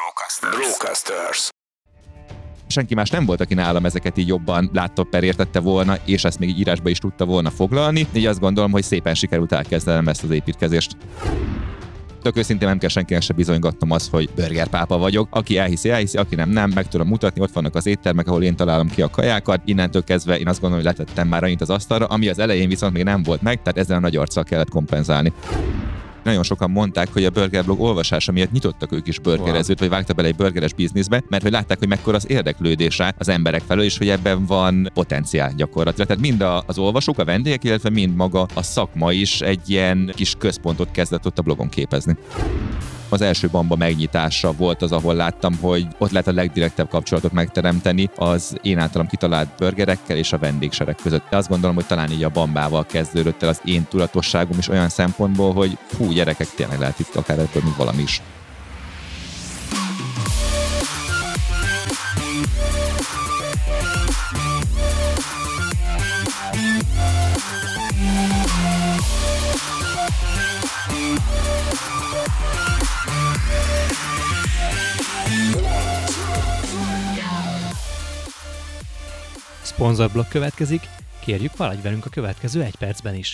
Brocasters. Senki más nem volt, aki nálam ezeket így jobban látta, értette volna, és ezt még így írásba is tudta volna foglalni. Így azt gondolom, hogy szépen sikerült elkezdenem ezt az építkezést. Tök őszintén nem kell senkinek se bizonygatnom azt, hogy burgerpápa vagyok. Aki elhiszi, aki nem, meg tudom mutatni, ott vannak az éttermek, ahol én találom ki a kajákat. Innentől kezdve én azt gondolom, hogy letettem már annyit az asztalra, ami az elején viszont még nem volt meg, tehát ezzel a nagy arccal kellett kompenzálni. Nagyon sokan mondták, hogy a burgerblog olvasása miatt nyitottak ők is burgerezőt, vagy vágtak bele egy burgeres bizniszbe, mert hogy látták, hogy mekkora az érdeklődésre az emberek felől, és hogy ebben van potenciál gyakorlatilag. Tehát mind az olvasók, a vendégek, illetve mind maga a szakma is egy ilyen kis központot kezdett ott a blogon képezni. Az első Bamba megnyitása volt az, ahol láttam, hogy ott lehet a legdirektebb kapcsolatot megteremteni az én általam kitalált burgerekkel és a vendégsereg között. De azt gondolom, hogy talán így a Bambával kezdődött el az én tudatosságom is olyan szempontból, hogy fú, gyerekek, tényleg lehet itt akár ebből még valami is. Szponzorblokk következik, kérjük, maradj velünk a következő 1 percben is.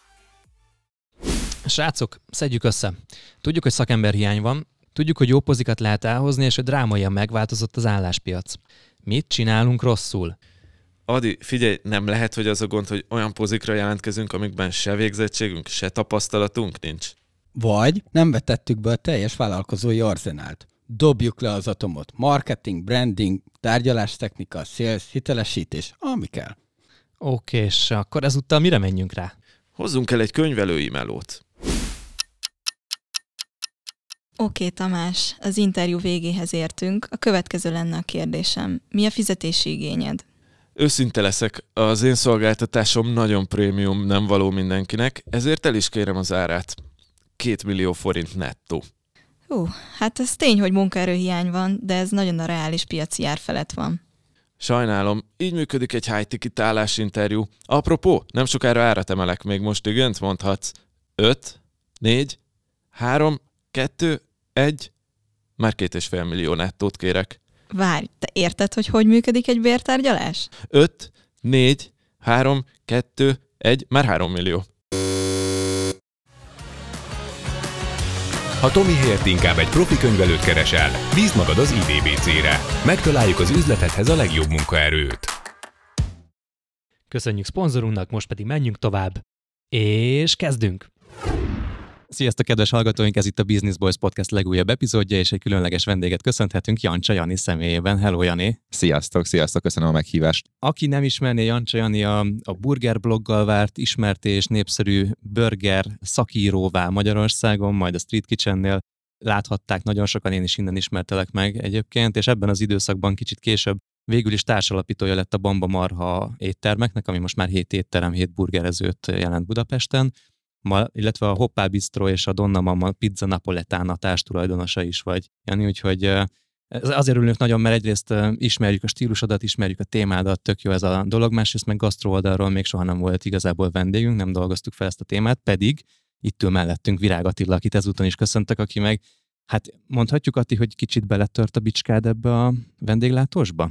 Srácok, szedjük össze. Tudjuk, hogy szakemberhiány van, tudjuk, hogy jó pozikat lehet elhozni, és hogy drámaian megváltozott az álláspiac. Mit csinálunk rosszul? Adi, figyelj, nem lehet, hogy az a gond, hogy olyan pozikra jelentkezünk, amikben se végzettségünk, se tapasztalatunk nincs. Vagy nem vetettük be a teljes vállalkozói arzenált. Dobjuk le az atomot. Marketing, branding, tárgyalástechnika, sales, hitelesítés, ami kell. Oké, és akkor ezúttal mire menjünk rá? Hozzunk el egy könyvelői melót. Oké, Tamás, az interjú végéhez értünk. A következő lenne a kérdésem. Mi a fizetési igényed? Őszinte leszek, az én szolgáltatásom nagyon prémium, nem való mindenkinek, ezért el is kérem az árát. 2 millió forint nettó. Hát ez tény, hogy munkaerőhiány van, de ez nagyon a reális piaci ár felett van. Sajnálom, így működik egy high-ticket állásinterjú. Apropó, nem sokára árat emelek, még most igent mondhatsz. 5, 4, 3, 2, 1, már 2,5 millió nettót kérek. Várj, te érted, hogy működik egy bértárgyalás? 5, 4, 3, 2, 1, már 3 millió. Ha Tomi helyett inkább egy profi könyvelőt keresel, bízd magad az IDBC-re. Megtaláljuk az üzletedhez a legjobb munkaerőt. Köszönjük szponzorunknak, most pedig menjünk tovább. És kezdünk! Sziasztok, kedves hallgatóink! Ez itt a Business Boys Podcast legújabb epizódja, és egy különleges vendéget köszönhetünk Jancsa Jani személyében. Hello, Jani! Sziasztok, köszönöm a meghívást. Aki nem ismerné, Jancsa Jani a burger bloggal várt ismert és népszerű burger szakíróvá Magyarországon, majd a Street Kitchennél láthatták nagyon sokan, én is innen ismertelek meg egyébként, és ebben az időszakban kicsit később végül is társalapítója lett a Bamba Marha éttermeknek, ami most már 7 étterem, 7 burgerezőt jelent Budapesten, illetve a Hoppá Bistro és a Donna Mama Pizza Napoletana társtulajdonosa is vagy, Jani, úgyhogy azért örülünk nagyon, mert egyrészt ismerjük a stílusodat, ismerjük a témádat, tök jó ez a dolog, másrészt meg gasztró oldalról még soha nem volt igazából vendégünk, nem dolgoztuk fel ezt a témát, pedig itt ül mellettünk Virág Attila, akit ezúton is köszöntök, aki meg, hát mondhatjuk, Atti, hogy kicsit beletört a bicskád ebbe a vendéglátósba?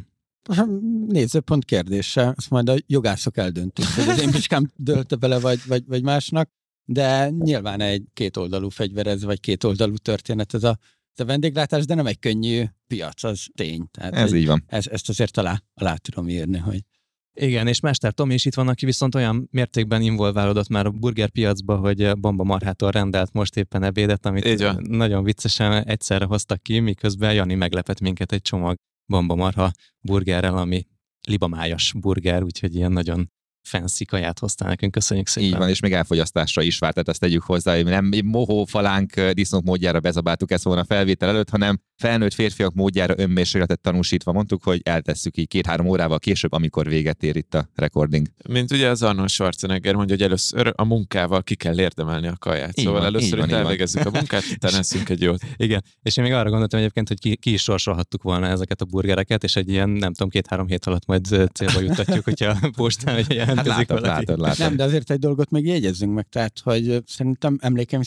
Nézőpont kérdése, ezt majd a jogászok eldöntik, hogy az én bicskám dölte bele, vagy másnak, de nyilván egy kétoldalú fegyverez, vagy kétoldalú történet ez a vendéglátás, de nem egy könnyű piac, az tény. Tehát ez így van. Ezt azért alá tudom írni, hogy... Igen, és Mester Tomi is itt van, aki viszont olyan mértékben involválódott már a burgerpiacba, hogy Bamba Marhától rendelt most éppen ebédet, amit nagyon viccesen egyszerre hoztak ki, miközben Jani meglepett minket egy csomag Bamba Marha burgerrel, ami libamájas burger, úgyhogy ilyen nagyon fancy kaját hoztál nekünk, köszönjük szépen. Így van, és még elfogyasztásra is várt, tehát ezt tegyük hozzá, hogy nem mohófalánk disznók módjára bezabáltuk ezt volna a felvétel előtt, hanem felnőtt férfiak módjára önmérsékletet tanúsítva mondtuk, hogy eltesszük így 2-3 órával később, amikor véget ér itt a recording. Mint ugye az Arnold Schwarzenegger mondja, hogy először a munkával ki kell érdemelni a kaját. Szóval először itt elvégezzük a munkát, utána eszünk egy jót. Igen, és én még arra gondoltam egyébként, hogy ki is sorsolhattuk volna ezeket a burgereket, és egy ilyen, nem tudom, 2-3 hét alatt majd célba juttatjuk, hogyha postán jelentkezik valaki. Nem, de azért egy dolgot még jegyezzünk meg, tehát, hogy szerintem emlékeim szerint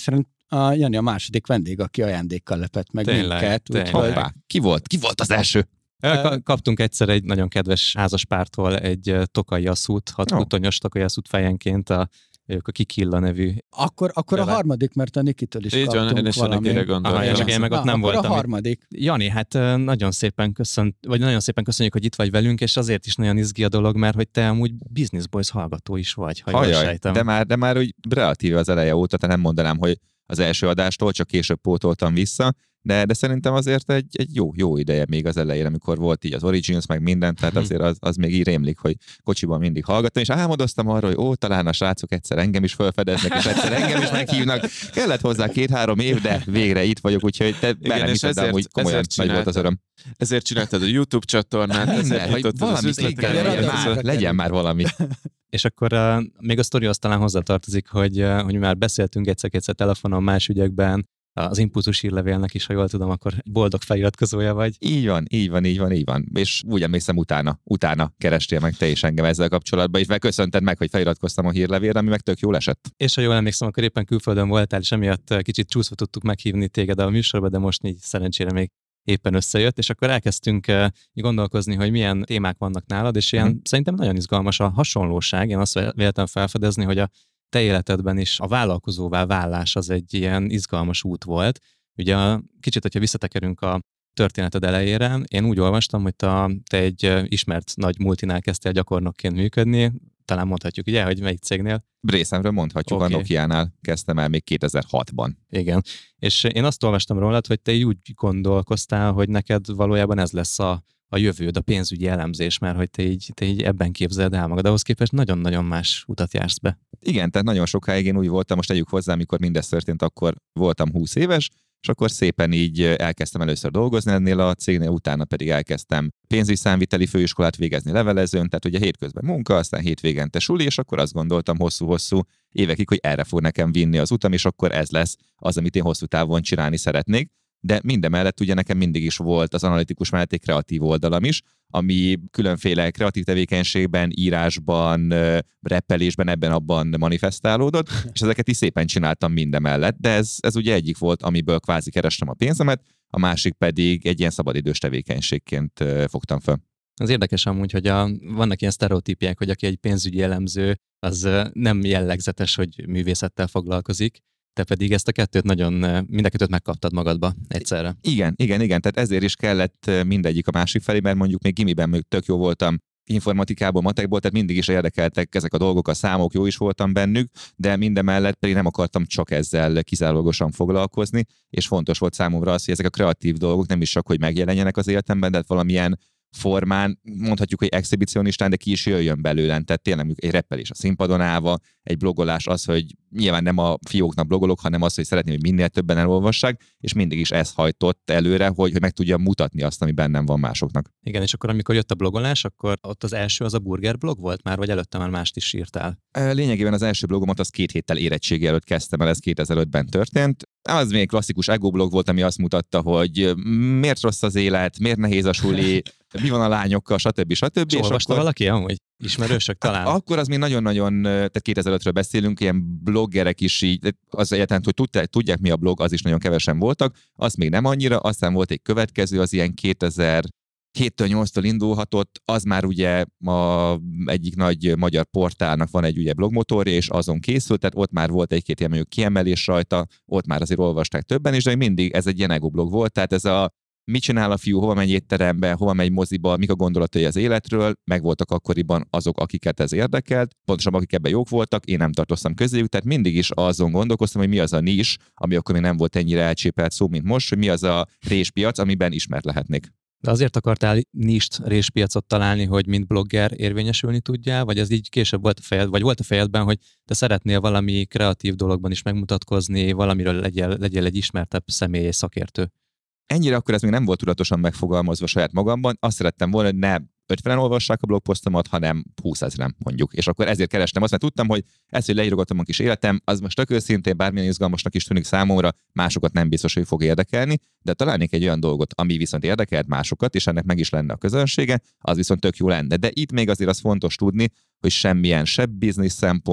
a Jani a második vendég, aki ajándékkal lepett meg Tényleg, minket. tényleg. Úgyhogy Hoppá, ki volt az első? Kaptunk egyszer egy nagyon kedves házaspártól egy tokai asszút, 6 kutonyos tokai asszút fejenként, ők a Kikilla nevű. Akkor a harmadik, mert a Nikitől is így van, kaptunk én is a valami. Nikire gondoltam. Csak én meg ott nem akkor voltam. a harmadik. Jani, hát nagyon szépen köszönjük, hogy itt vagy velünk, és azért is nagyon izgi a dolog, mert hogy te amúgy Business Boys hallgató is vagy, ha jól sejtem. de már úgy relatíve az eleje óta, tehát nem mondanám, hogy az első adástól, csak később pótoltam vissza, de szerintem azért egy jó ideje még az elején, amikor volt így az Origins, meg mindent, tehát azért az még így rémlik, hogy kocsiban mindig hallgattam, és álmodoztam arról, hogy talán a srácok egyszer engem is felfedeznek, és egyszer engem is meghívnak. Kellett hozzá 2-3 év, de végre itt vagyok, úgyhogy te bele hiszed, de amúgy komolyan nagy volt az öröm. Ezért csináltad a YouTube csatornát, ezért nyitottad az üzletet. Legyen már valami. És akkor még a sztorihoz talán hozzátartozik, hogy már beszéltünk egyszer-kétszer telefonon más ügyekben, az impulzus hírlevélnek is, ha jól tudom, akkor boldog feliratkozója vagy. Így van. És úgy emlékszem, utána kerestél meg te is engem ezzel kapcsolatban, és megköszönted meg, hogy feliratkoztam a hírlevélre, ami meg tök jól esett. És ha jól emlékszem, akkor éppen külföldön voltál, és emiatt kicsit csúszva tudtuk meghívni téged a műsorba, de most így szerencsére még éppen összejött, és akkor elkezdtünk gondolkozni, hogy milyen témák vannak nálad, és ilyen szerintem nagyon izgalmas a hasonlóság. Én azt véltem felfedezni, hogy a te életedben is a vállalkozóvá válás az egy ilyen izgalmas út volt. Ugye kicsit, hogyha visszatekerünk a történeted elejére, én úgy olvastam, hogy te egy ismert nagy multinál kezdtél gyakornokként működni, talán mondhatjuk, ugye, hogy melyik cégnél? Részemről mondhatjuk, okay. A Nokia-nál kezdtem el még 2006-ban. Igen, és én azt olvastam rólad, hogy te így úgy gondolkoztál, hogy neked valójában ez lesz a jövőd, a pénzügyi elemzés, mert hogy te így ebben képzeld el magad, ahhoz képest nagyon-nagyon más utat jársz be. Igen, tehát nagyon sokáig én úgy voltam, most tegyük hozzá, amikor mindez történt, akkor voltam 20 éves, és akkor szépen így elkezdtem először dolgozni ennél a cégnél, utána pedig elkezdtem pénzügyi számviteli főiskolát végezni levelezőn, tehát ugye hétközben munka, aztán hétvégente suli, és akkor azt gondoltam hosszú-hosszú évekig, hogy erre fog nekem vinni az utam, és akkor ez lesz az, amit én hosszú távon csinálni szeretnék. De mindemellett ugye nekem mindig is volt az analitikus mellett egy kreatív oldalam is, ami különféle kreatív tevékenységben, írásban, reppelésben, ebben-abban manifestálódott, és ezeket is szépen csináltam mindemellett, de ez ugye egyik volt, amiből kvázi kerestem a pénzemet, a másik pedig egy ilyen szabadidős tevékenységként fogtam fel. Az érdekes amúgy, hogy vannak ilyen sztereotípiák, hogy aki egy pénzügyi elemző, az nem jellegzetes, hogy művészettel foglalkozik, te pedig ezt a kettőt mind a kettőt megkaptad magadba egyszerre. Igen, tehát ezért is kellett mindegyik a másik felé, mert mondjuk még gimiben még tök jó voltam informatikából, matekból, tehát mindig is érdekeltek ezek a dolgok, a számok, jó is voltam bennük, de mindemellett pedig nem akartam csak ezzel kizárólagosan foglalkozni, és fontos volt számomra az, hogy ezek a kreatív dolgok nem is csak, hogy megjelenjenek az életemben, de valamilyen formán, mondhatjuk, hogy exhibicionistán, de ki is jöjjön belőle. Tehát tényleg egy reppelés a színpadon állva, egy blogolás az, hogy nyilván nem a fióknak blogolok, hanem az, hogy szeretném, hogy minél többen elolvassák, és mindig is ez hajtott előre, hogy meg tudjam mutatni azt, ami bennem van másoknak. Igen, és akkor amikor jött a blogolás, akkor ott az első az a burger blog volt már, vagy előtte már mást is írtál? Lényegében az első blogomat az 2 héttel érettségi előtt kezdtem el, ez 2005-ben történt. Az még klasszikus ego blog volt, ami azt mutatta, hogy miért rossz az élet, miért nehéz a suli, mi van a lányokkal, stb. És olvasta akkor... valaki amúgy? Ismerősök talán? Akkor az még nagyon-nagyon, tehát 2005-ről beszélünk, ilyen bloggerek is így, az egyáltalán, hogy tudják mi a blog, az is nagyon kevesen voltak, az még nem annyira, aztán volt egy következő, az ilyen 2007-től 8-tól indulhatott, az már ugye egyik nagy magyar portálnak van egy ugye blogmotorja, és azon készült, tehát ott már volt egy-két ilyen mondjuk kiemelés rajta, ott már azért olvasták többen is, de mindig ez egy ilyen ego blog volt, tehát ez a mit csinál a fiú, hova megy étterembe, hova megy moziba, mik a gondolatai az életről, megvoltak akkoriban azok, akiket ez érdekelt, pontosabban akik ebben jók voltak, én nem tartoztam közéjük, tehát mindig is azon gondolkoztam, hogy mi az a nis, ami akkor még nem volt ennyire elcsépelt szó, mint most, hogy mi az a réspiac, amiben ismert lehetnék. De azért akartál nist, réspiacot találni, hogy mint blogger érvényesülni tudjál, vagy ez így később volt a fejed, vagy volt a fejedben, hogy te szeretnél valami kreatív dologban is megmutatkozni, valamiről legyél egy ismertebb személy, egy szakértő? Ennyire akkor ez még nem volt tudatosan megfogalmazva saját magamban. Azt szerettem volna, hogy ne 50-en olvassák a blogposztomat, hanem 20 000 mondjuk. És akkor ezért kerestem azt, mert tudtam, hogy ezt, hogy leírogatom a kis életem, az most tök őszintén bármilyen izgalmasnak is tűnik számomra, másokat nem biztos, hogy fog érdekelni, de találnék egy olyan dolgot, ami viszont érdekelt másokat, és ennek meg is lenne a közönsége, az viszont tök jó lenne. De itt még azért az fontos tudni, hogy semmilyen se biznisz szempont,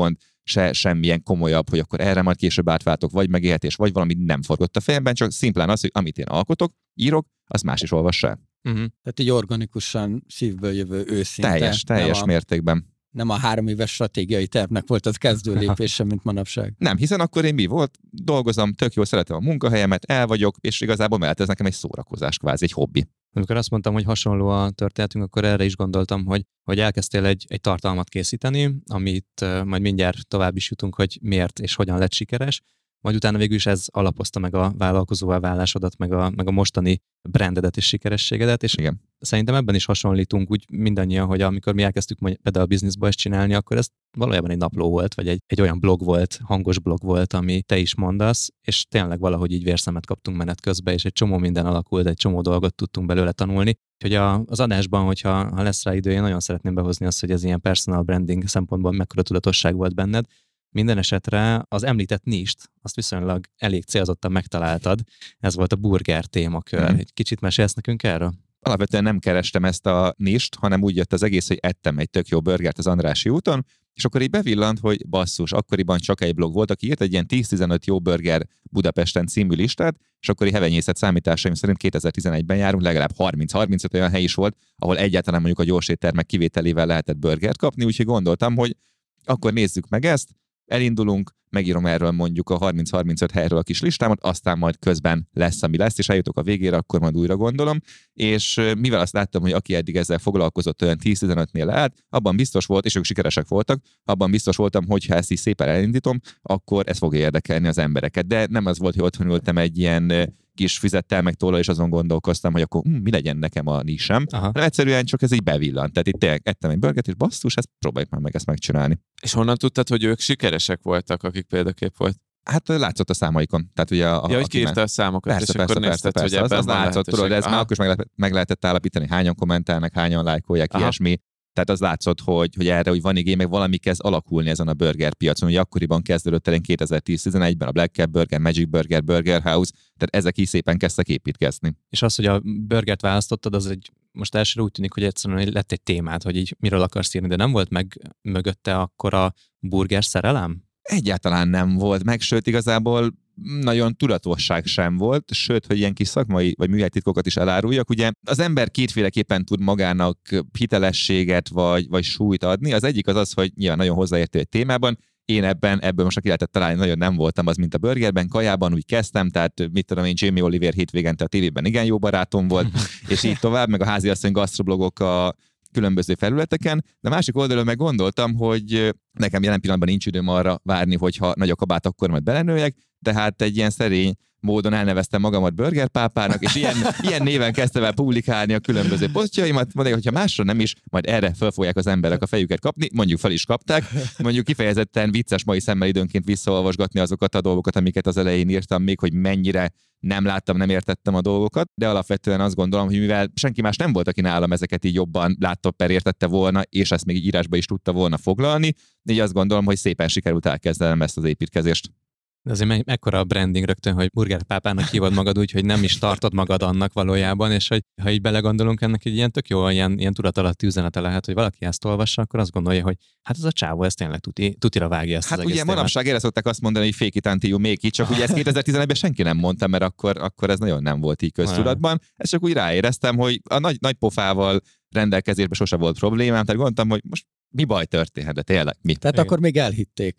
se semmilyen komolyabb, hogy akkor erre majd később átváltok, vagy megélhetés, vagy valami nem forgott a fejemben, csak szimplán az, hogy amit én alkotok, írok, azt más is olvassa el. Tehát így organikusan, szívből jövő, őszinte. Teljes mértékben. Nem a 3 éves stratégiai tervnek volt az kezdő lépése, mint manapság. Nem, hiszen akkor én mi volt? Dolgozom, tök jól szeretem a munkahelyemet, el vagyok, és igazából mellett ez nekem egy szórakozás, kvázi egy hobbi. Amikor azt mondtam, hogy hasonló a történetünk, akkor erre is gondoltam, hogy elkezdtél egy tartalmat készíteni, amit majd mindjárt tovább is jutunk, hogy miért és hogyan lett sikeres, majd utána végül is ez alapozta meg a vállalkozóvá válásodat, meg a mostani brandedet és sikerességedet, és igen. Szerintem ebben is hasonlítunk úgy mindannyian, hogy amikor mi elkezdtük például a Businessból ezt csinálni, akkor ez valójában egy napló volt, vagy egy olyan blog volt, hangos blog volt, ami te is mondasz, és tényleg valahogy így vérszemet kaptunk menet közben, és egy csomó minden alakult, egy csomó dolgot tudtunk belőle tanulni. Úgyhogy az adásban, hogyha lesz rá idő, én nagyon szeretném behozni azt, hogy ez ilyen personal branding szempontból mekkora tudatosság volt benned. Minden esetre az említett nist, azt viszonylag elég célzottan megtaláltad. Ez volt a burger témakör. Egy kicsit mesélsz nekünk erről? Alapvetően nem kerestem ezt a nist, hanem úgy jött az egész, hogy ettem egy tök jó burgert az Andrássy úton, és akkor így bevillant, hogy basszus, akkoriban csak egy blog volt, aki írt egy ilyen 10-15 jó burger Budapesten című listát, és akkori hevenyészet számításaim szerint 2011-ben járunk, legalább 30-35 olyan hely is volt, ahol egyáltalán mondjuk a gyorséttermek kivételével lehetett burgert kapni, úgyhogy gondoltam, hogy akkor nézzük meg ezt, elindulunk, megírom erről mondjuk a 30-35 helyről a kis listámat, aztán majd közben lesz, ami lesz, és eljutok a végére, akkor majd újra gondolom, és mivel azt láttam, hogy aki eddig ezzel foglalkozott, olyan 10-15-nél állt, abban biztos volt, és ők sikeresek voltak, abban biztos voltam, hogy ha ezt is szépen elindítom, akkor ez fogja érdekelni az embereket. De nem az volt, hogy otthon ültem egy ilyen kis füzettel meg tollal, és azon gondolkoztam, hogy akkor mi legyen nekem a nisem. Hanem egyszerűen csak ez így bevillant. Tehát itt ettem egy burgert, és basszus, ezt próbáljuk már meg ezt megcsinálni. És honnan tudtad, hogy ők sikeresek voltak, akik példakép volt? Hát látszott a számaikon. Tehát ugye hogy kiírta a számokat, persze, és akkor nézted, hogy ebben az látszott, tudod, de ez már akkor is meg lehetett állapítani, hányan kommentálnak, hányan lájkolják, ilyesmi. Tehát az látszott, hogy erre úgy van igény, meg valami kezd alakulni ezen a burger piacon. Ugye akkoriban kezdődött el 2010-11-ben a Black Cap Burger, Magic Burger, Burger House, tehát ezek is szépen kezdtek építkezni. És az, hogy a burgert választottad, az most elsőre úgy tűnik, hogy egyszerűen lett egy témád, hogy így miről akarsz írni, de nem volt meg mögötte akkor a burger szerelem? Egyáltalán nem volt meg, sőt igazából nagyon tudatosság sem volt, sőt, hogy ilyen kis szakmai vagy műhelytitkokat is eláruljak. Ugye az ember kétféleképpen tud magának hitelességet vagy súlyt adni. Az egyik az, hogy nyilván nagyon hozzáértő egy témában. Én ebből most aki lehetett találni, nagyon nem voltam az, mint a burgerben, kajában úgy kezdtem, tehát mit tudom én, Jamie Oliver hétvégente a tévében igen jó barátom volt, és így tovább, meg a háziasszony gasztroblogok a különböző felületeken, de másik oldalon meg gondoltam, hogy nekem jelen pillanatban nincs időm arra várni, hogyha nagy a kabát, akkor majd belenőjek, tehát egy ilyen szerény módon elneveztem magamat burgerpápának, és ilyen néven kezdtem el publikálni a különböző posztjaimat, mondjuk, hogyha másra nem is, majd erre fel fogják az emberek a fejüket kapni, mondjuk fel is kapták, mondjuk kifejezetten vicces mai szemmel időnként visszaolvasgatni azokat a dolgokat, amiket az elején írtam még, hogy mennyire nem láttam, nem értettem a dolgokat, de alapvetően azt gondolom, hogy mivel senki más nem volt, aki nálam ezeket így jobban látta, értette volna, és ezt még így írásba is tudta volna foglalni, így azt gondolom, hogy szépen sikerült elkezdenem ezt az építkezést. De azért mekkora a branding rögtön, hogy burgerpápának hívod magad úgy, hogy nem is tartod magad annak valójában, és hogy ha így belegondolunk, ennek egy ilyen tök jó, ilyen tudatalatti üzenete lehet, hogy valaki ezt olvassa, akkor azt gondolja, hogy hát ez a csávó, ez tényleg tutira vágja ezt hát az ugye egész manapság erre szokták azt mondani, hogy fake it until you make it, csak ugye ezt 2011-ben senki nem mondta, mert akkor ez nagyon nem volt így köztudatban. Ezt csak úgy ráéreztem, hogy a nagy pofával rendelkezésben sose volt problémám, tehát gondoltam, hogy most mi baj történhet, de tényleg mi? Tehát akkor még elhitték.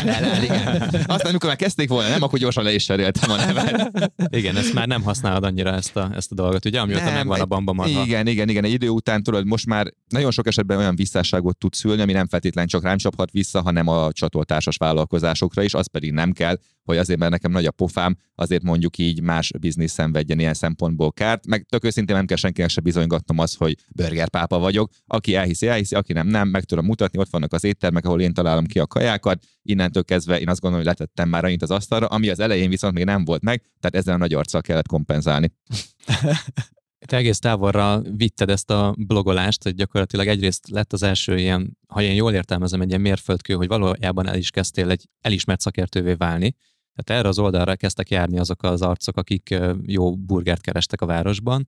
Igen. Aztán, amikor már kezdték volna, nem, akkor gyorsan le is cseréltem a nevet. Igen, ezt már nem használod annyira ezt a dolgot, ugye, amióta megvan a Bamba marha. Igen, egy idő után tudod, most már nagyon sok esetben olyan visszásságot tud szülni, ami nem feltétlenül csak rám csaphat vissza, hanem a csatoltársas vállalkozásokra is, az pedig nem kell, hogy azért, mert nekem nagy a pofám, azért mondjuk így más biznisz szenvedjen ilyen szempontból kárt, meg tök őszintén nem kell senkinek se bizonygatnom az, hogy burgerpápa vagyok, aki elhiszi, aki nem, meg tudom mutatni, ott vannak az éttermek, ahol én találom ki a kajákat, innentől kezdve én azt gondolom, hogy letettem már annyit az asztalra, ami az elején viszont még nem volt meg, tehát ezzel a nagy arccal kellett kompenzálni. Te egész távolra vitted ezt a blogolást, hogy gyakorlatilag egyrészt lett az első ilyen, ha én jól értelmezem, egy ilyen mérföldkő, hogy valójában el is kezdtél egy elismert szakértővé válni. Tehát erre az oldalra kezdtek járni azok az arcok, akik jó burgert kerestek a városban,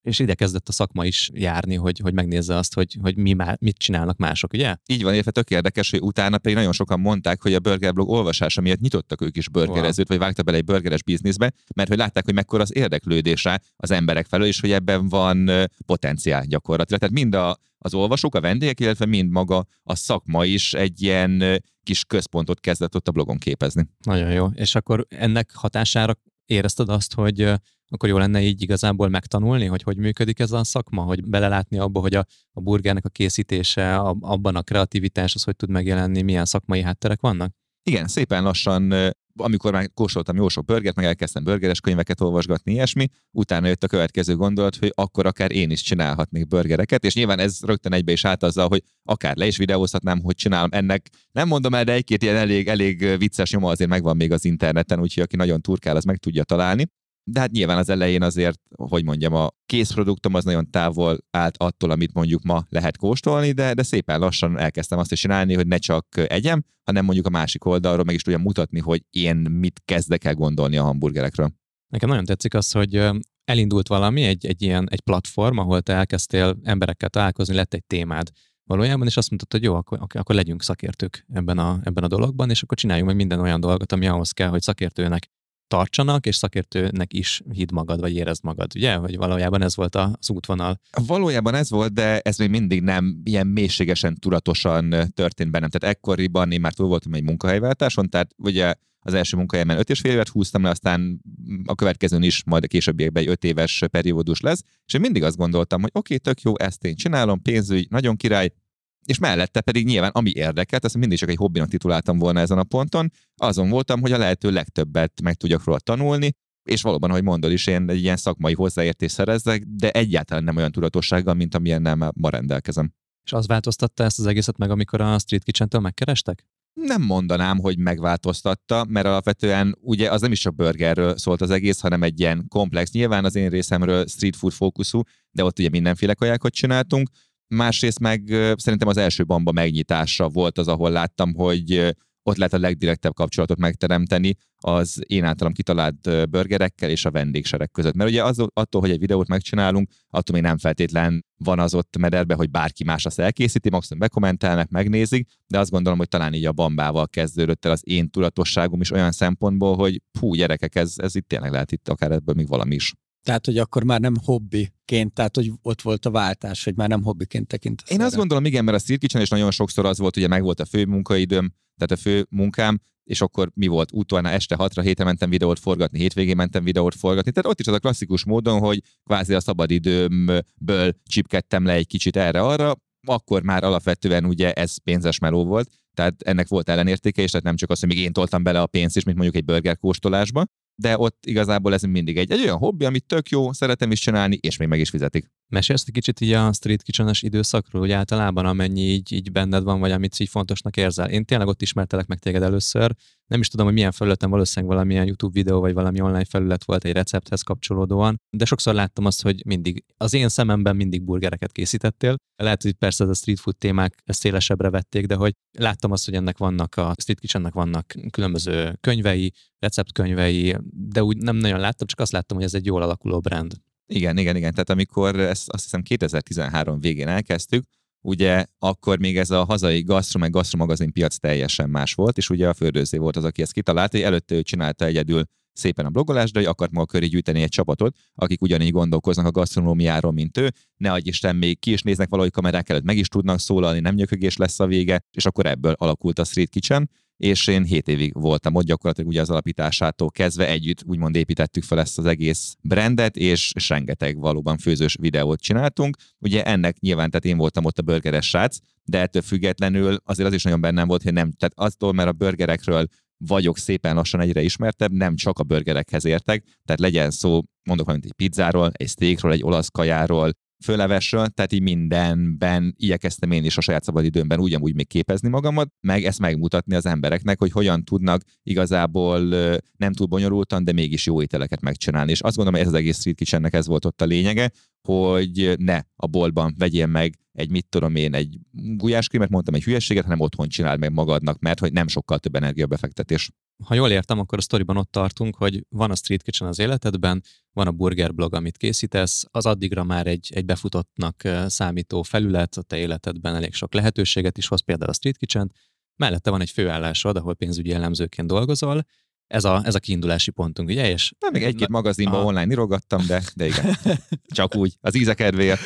és ide kezdett a szakma is járni, hogy megnézze azt, hogy mit csinálnak mások, ugye? Így van, illetve tök érdekes, hogy utána pedig nagyon sokan mondták, hogy a Burger Blog olvasása miatt nyitottak ők is burgerezőt, vagy vágtak bele egy burgeres bizniszbe, mert hogy látták, hogy mekkora az érdeklődése az emberek felől, és hogy ebben van potenciál gyakorlatilag. Tehát mind az olvasók, a vendégek, illetve mind maga a szakma is egy ilyen kis központot kezdett ott a blogon képezni. Nagyon jó. És akkor ennek hatására érezted azt, hogy akkor jó lenne így igazából megtanulni, hogy működik ez a szakma, hogy belelátni abba, hogy a burgernek a készítése, abban a kreativitás, az hogy tud megjelenni, milyen szakmai hátterek vannak? Igen, szépen lassan, amikor már kóstoltam jó sok burgert, meg elkezdtem burgeres könyveket olvasgatni, ilyesmi, utána jött a következő gondolat, hogy akkor akár én is csinálhatnék burgereket, és nyilván ez rögtön egybe is állt azzal, hogy akár le is videózhatnám, hogy csinálom. Ennek nem mondom el, de egy-két ilyen elég vicces nyoma azért megvan még az interneten, úgyhogy aki nagyon turkál, az meg tudja találni. De hát nyilván az elején azért, hogy mondjam, a készproduktom az nagyon távol állt attól, amit mondjuk ma lehet kóstolni, de szépen lassan elkezdtem azt is csinálni, hogy ne csak egyem, hanem mondjuk a másik oldalról meg is tudjam mutatni, hogy én mit kezdek el gondolni a hamburgerekről. Nekem nagyon tetszik az, hogy elindult valami, egy platform, ahol te elkezdtél emberekkel találkozni, lett egy témád valójában, és azt mondtad, hogy jó, akkor legyünk szakértők ebben a dologban, és akkor csináljunk meg minden olyan dolgot, ami ahhoz kell, hogy szakértőnek tartsanak, és szakértőnek is hidd magad, vagy érezd magad, ugye? Hogy valójában ez volt az útvonal. Valójában ez volt, de ez még mindig nem ilyen mélységesen, tudatosan történt bennem. Tehát ekkoriban én már túl voltam egy munkahelyváltáson, tehát ugye az első munkahelyemen 5,5 évet húztam le, aztán a következőn is majd a későbbiekben egy 5 éves periódus lesz, és én mindig azt gondoltam, hogy oké, tök jó, ezt én csinálom, pénzügy, nagyon király, és mellette pedig nyilván, ami érdekelt, ezt mindig csak egy hobbinak tituláltam volna ezen a ponton, azon voltam, hogy a lehető legtöbbet meg tudjak róla tanulni, és valóban, ahogy mondod is, én egy ilyen szakmai hozzáértést szerezzek, de egyáltalán nem olyan tudatossággal, mint amilyennel ma rendelkezem. És az változtatta ezt az egészet meg, amikor a Street Kitchen-től megkerestek? Nem mondanám, hogy megváltoztatta, mert alapvetően ugye az nem is csak burgerről szólt az egész, hanem egy ilyen komplex. Nyilván az én részemről street food fókuszú, de ott ugye mindenféle kajákat csináltunk. Másrészt meg szerintem az első bamba megnyitása volt az, ahol láttam, hogy ott lehet a legdirektebb kapcsolatot megteremteni az én általam kitalált burgerekkel és a vendégsereg között. Mert ugye attól, hogy egy videót megcsinálunk, attól még nem feltétlen van az ott mederbe, hogy bárki más azt elkészíti, maximum bekommentelnek, megnézik, de azt gondolom, hogy talán így a bambával kezdődött el az én tudatosságom is olyan szempontból, hogy gyerekek, ez itt tényleg lehet itt akár ebből még valami is. Tehát, hogy akkor már nem hobbiként, tehát, hogy ott volt a váltás, hogy már nem hobbiként tekintesz. Én azt gondolom, igen, mert a Street Kitchen is nagyon sokszor az volt, ugye meg volt a fő munkaidőm, tehát a fő munkám, és akkor mi volt? Utána este 6-ra héten mentem videót forgatni, hétvégén mentem videót forgatni. Tehát ott is az a klasszikus módon, hogy kvázi a szabadidőmből csipkedtem le egy kicsit erre-arra, akkor már alapvetően ugye ez pénzes meló volt, tehát ennek volt ellenértéke, és tehát nem csak az, hogy még én toltam bele a pénzt is, mint mondjuk egy burger kóstolásba, de ott igazából ez mindig egy olyan hobbi, amit tök jó, szeretem is csinálni, és még meg is fizetik. Mesélsz egy kicsit így a Street Kitchen-es időszakról, hogy általában amennyi így benned van, vagy amit így fontosnak érzel. Én tényleg ott ismertelek meg téged először. Nem is tudom, hogy milyen felületen, valószínűleg valamilyen YouTube videó, vagy valami online felület volt egy recepthez kapcsolódóan, de sokszor láttam azt, hogy mindig, az én szememben mindig burgereket készítettél. Lehet, hogy persze ez a street food témák ezt szélesebbre vették, de hogy láttam azt, hogy ennek vannak a Street Kitchennek vannak különböző könyvei, receptkönyvei, de úgy nem nagyon láttam, csak azt láttam, hogy ez egy jól alakuló brand. Igen. Tehát amikor ezt azt hiszem 2013 végén elkezdtük, ugye akkor még ez a hazai meg gasztromagazin piac teljesen más volt, és ugye a Földőzzé volt az, aki ezt kitalálta, hogy előtte ő csinálta egyedül szépen a blogolást, de hogy akart maga köré gyűjteni egy csapatot, akik ugyanígy gondolkoznak a gasztronómiáról, mint ő, ne adj Isten, még ki is néznek valahogy kamerák előtt, meg is tudnak szólalni, nem nyökögés lesz a vége, és akkor ebből alakult a Street Kitchen, és én 7 évig voltam ott, gyakorlatilag ugye az alapításától kezdve együtt úgymond építettük fel ezt az egész brandet, és rengeteg valóban főzős videót csináltunk. Ugye ennek nyilván, tehát én voltam ott a burgeres srác, de ettől függetlenül azért az is nagyon bennem volt, hogy nem, tehát attól, mert a burgerekről vagyok szépen lassan egyre ismertebb, nem csak a burgerekhez értek, tehát legyen szó, mondok valamit, egy pizzáról, egy steakről, egy olasz kajáról, főlevesről, tehát így mindenben igyekeztem én is a saját szabadidőmben ugyanúgy még képezni magamat, meg ezt megmutatni az embereknek, hogy hogyan tudnak igazából nem túl bonyolultan, de mégis jó ételeket megcsinálni. És azt gondolom, hogy ez az egész Street Kitchennek ez volt ott a lényege, hogy ne a boltban vegyél meg egy gulyáskrémet, mondtam egy hülyeséget, hanem otthon csináld meg magadnak, mert hogy nem sokkal több energiabefektetés. Ha jól értem, akkor a sztoriban ott tartunk, hogy van a Street Kitchen az életedben, van a burger blog, amit készítesz, az addigra már egy befutottnak számító felület, a te életedben elég sok lehetőséget is hoz, például a Street Kitchen, mellette van egy főállásod, ahol pénzügyi elemzőként dolgozol, ez a kiindulási pontunk, ugye? És még egy-két magazinban online írogattam, de igen. Csak úgy, az íze kedvéért.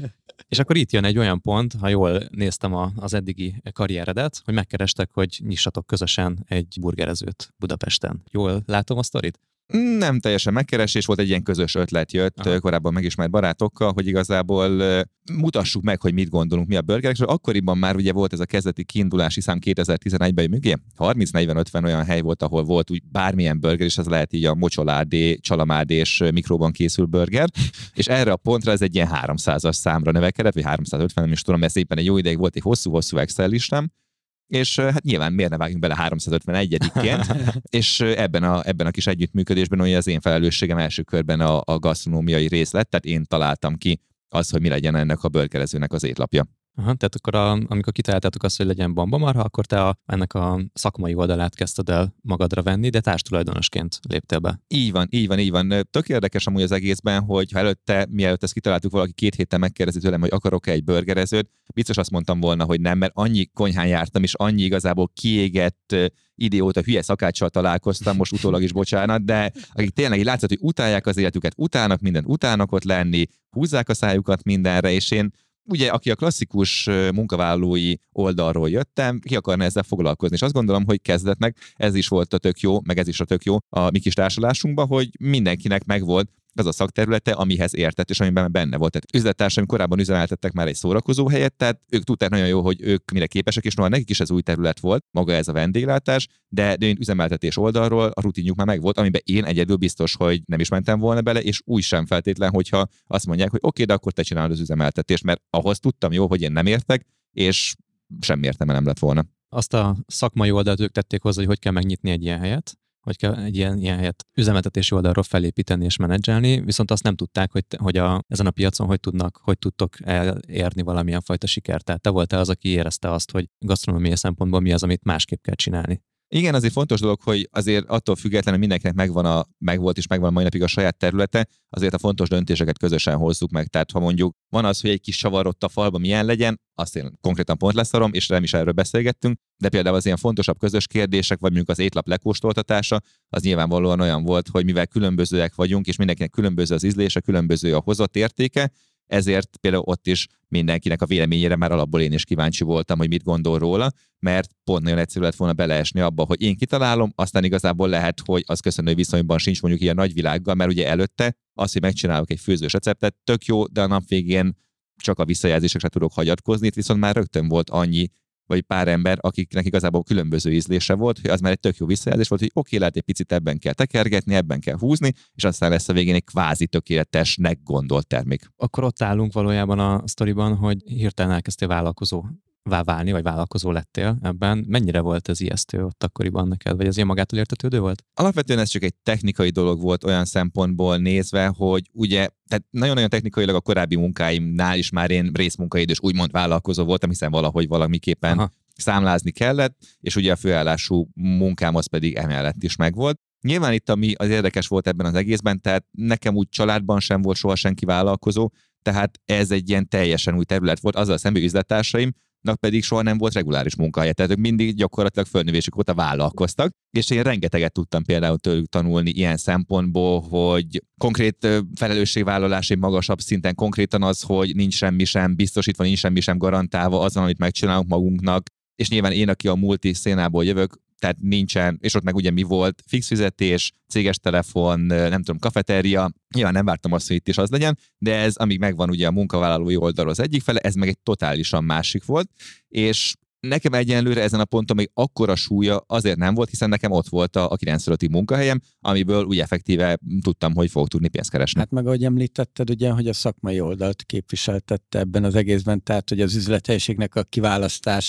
És akkor itt jön egy olyan pont, ha jól néztem az eddigi karrieredet, hogy megkerestek, hogy nyissatok közösen egy burgerezőt Budapesten. Jól látom a sztorit? Nem teljesen megkeresés, volt egy ilyen közös ötlet jött korábban megismert barátokkal, hogy igazából mutassuk meg, hogy mit gondolunk mi a burgerekről. Akkoriban már ugye volt ez a kezdeti kiindulási szám 2011-ben, ugye 30-40-50 olyan hely volt, ahol volt úgy bármilyen burger, és ez lehet így a mocsoládé, csalamádés mikróban készül burger, és erre a pontra ez egy ilyen 300-as számra növekedett, vagy 350, nem is tudom, mert szépen egy jó ideig volt egy hosszú-hosszú Excel listám, és hát nyilván miért ne vágjunk bele 351-ként, és ebben a kis együttműködésben olyan az én felelősségem első körben a gasztronómiai rész lett, tehát én találtam ki az, hogy mi legyen ennek a burgerezőnek az étlapja. Aha, tehát akkor amikor kitaláltátok azt, hogy legyen bambamarha, akkor te ennek a szakmai oldalát kezdted el magadra venni, de társtulajdonosként léptél be. Így van. Tök érdekes amúgy az egészben, hogy ha mielőtt ezt kitaláltuk, valaki 2 héttel megkérdezi tőlem, hogy akarok-e egy burgerezőt, biztos azt mondtam volna, hogy nem, mert annyi konyhán jártam, és annyi igazából kiégett idióta hülye szakáccsal találkoztam, most utólag is bocsánat, de akik tényleg így látszott, hogy utálják az életüket, utálnak mindent, utálnak ott lenni, húzzák a szájukat mindenre, és én ugye, aki a klasszikus munkavállalói oldalról jöttem, ki akarna ezzel foglalkozni, és azt gondolom, hogy kezdetnek ez is volt a tök jó, meg ez is a tök jó a mi kis társulásunkban, hogy mindenkinek megvolt az a szakterülete, amihez értett, és amiben benne volt. Tehát üzlettársaim korábban üzemeltettek már egy szórakozó helyet, tehát ők tudták nagyon jó, hogy ők mire képesek, és noha nekik is ez új terület volt, maga ez a vendéglátás, de üzemeltetés oldalról a rutinjuk már megvolt, amiben én egyedül biztos, hogy nem is mentem volna bele, és úgy sem feltétlen, hogyha azt mondják, hogy oké, de akkor te csinálod az üzemeltetést, mert ahhoz tudtam jó, hogy én nem értek, és semmi értelme nem lett volna. Azt a szakmai oldalt ők tették hozzá, hogy kell megnyitni egy ilyen helyet, hogy kell egy ilyen helyet üzemeltetési oldalról felépíteni és menedzselni, viszont azt nem tudták, hogy ezen a piacon hogy tudtok elérni valamilyen fajta sikert. Tehát te voltál az, aki érezte azt, hogy gasztronómiai szempontból mi az, amit másképp kell csinálni. Igen, azért fontos dolog, hogy azért attól függetlenül mindenkinek megvolt és megvan a mai napig a saját területe, azért a fontos döntéseket közösen hozzuk meg. Tehát ha mondjuk van az, hogy egy kis savar ott a falban milyen legyen, azt én konkrétan pont leszarom, és nem is erről beszélgettünk, de például az ilyen fontosabb közös kérdések, vagy mondjuk az étlap lekóstoltatása, az nyilvánvalóan olyan volt, hogy mivel különbözőek vagyunk, és mindenkinek különböző az ízlése, különböző a hozott értéke, ezért például ott is mindenkinek a véleményére már alapból én is kíváncsi voltam, hogy mit gondol róla, mert pont nagyon egyszerű lett volna beleesni abba, hogy én kitalálom, aztán igazából lehet, hogy az köszönő viszonyban sincs mondjuk ilyen nagyvilággal, mert ugye előtte az, hogy megcsinálok egy főzős receptet, tök jó, de a nap végén csak a visszajelzésekre tudok hagyatkozni, itt viszont már rögtön volt annyi, vagy pár ember, akiknek igazából különböző ízlése volt, hogy az már egy tök jó visszajelzés volt, hogy oké, lehet egy picit ebben kell tekergetni, ebben kell húzni, és aztán lesz a végén egy kvázi tökéletesnek gondolt termék. Akkor ott állunk valójában a sztoriban, hogy hirtelen elkezdtél vállalkozóvá válni, vagy vállalkozó lettél ebben. Mennyire volt ez ijesztő ott akkoriban neked, vagy ez ilyen magától értetődő volt? Alapvetően ez csak egy technikai dolog volt olyan szempontból nézve, hogy ugye, tehát nagyon-nagyon technikailag a korábbi munkáimnál is már én részmunkaidős úgymond vállalkozó voltam, hiszen valahogy valamiképpen számlázni kellett, és ugye a főállású munkám az pedig emellett is megvolt. Nyilván itt ami az érdekes volt ebben az egészben, tehát nekem úgy családban sem volt soha senki vállalkozó, tehát ez egy ilyen teljesen új terület volt, azzal szemben üzlettársaimnak pedig soha nem volt reguláris munkahelye, tehát ők mindig gyakorlatilag fölnövésük óta vállalkoztak, és én rengeteget tudtam például tőlük tanulni ilyen szempontból, hogy konkrét felelősségvállalás egy magasabb szinten, konkrétan az, hogy nincs semmi sem biztosítva, nincs semmi sem garantálva azon, amit megcsinálunk magunknak, és nyilván én, aki a multi szénából jövök, tehát nincsen, és ott meg ugye mi volt, fix fizetés, céges telefon, nem tudom, kafetéria, nyilván nem vártam azt, hogy itt is az legyen, de ez, amíg megvan ugye a munkavállalói oldalról az egyik fele, ez meg egy totálisan másik volt, és nekem egyenlőre ezen a ponton még akkora súlya azért nem volt, hiszen nekem ott volt a 9-5-ig munkahelyem, amiből úgy effektíve tudtam, hogy fogok tudni pénzt keresni. Hát meg ahogy említetted, ugye, hogy a szakmai oldalt képviseltette ebben az egészben, tehát hogy az üzlethelyiségnek a kiválasztása,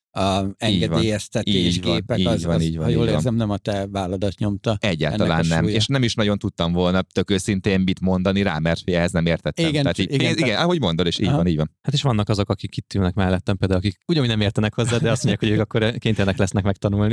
engedélyeztetésgépek, ha jól érzem, nem a te válladat nyomta. Egyáltalán nem, és nem is nagyon tudtam volna tök őszintén mit mondani rá, mert ehhez nem értettem. Igen, ahogy mondod, és így van. Hát és vannak azok, akik itt ülnek mellettem, például akik ugyanúgy nem értenek hozzá, de azt mondják, hogy ők akkor kénytelenek lesznek megtanulni.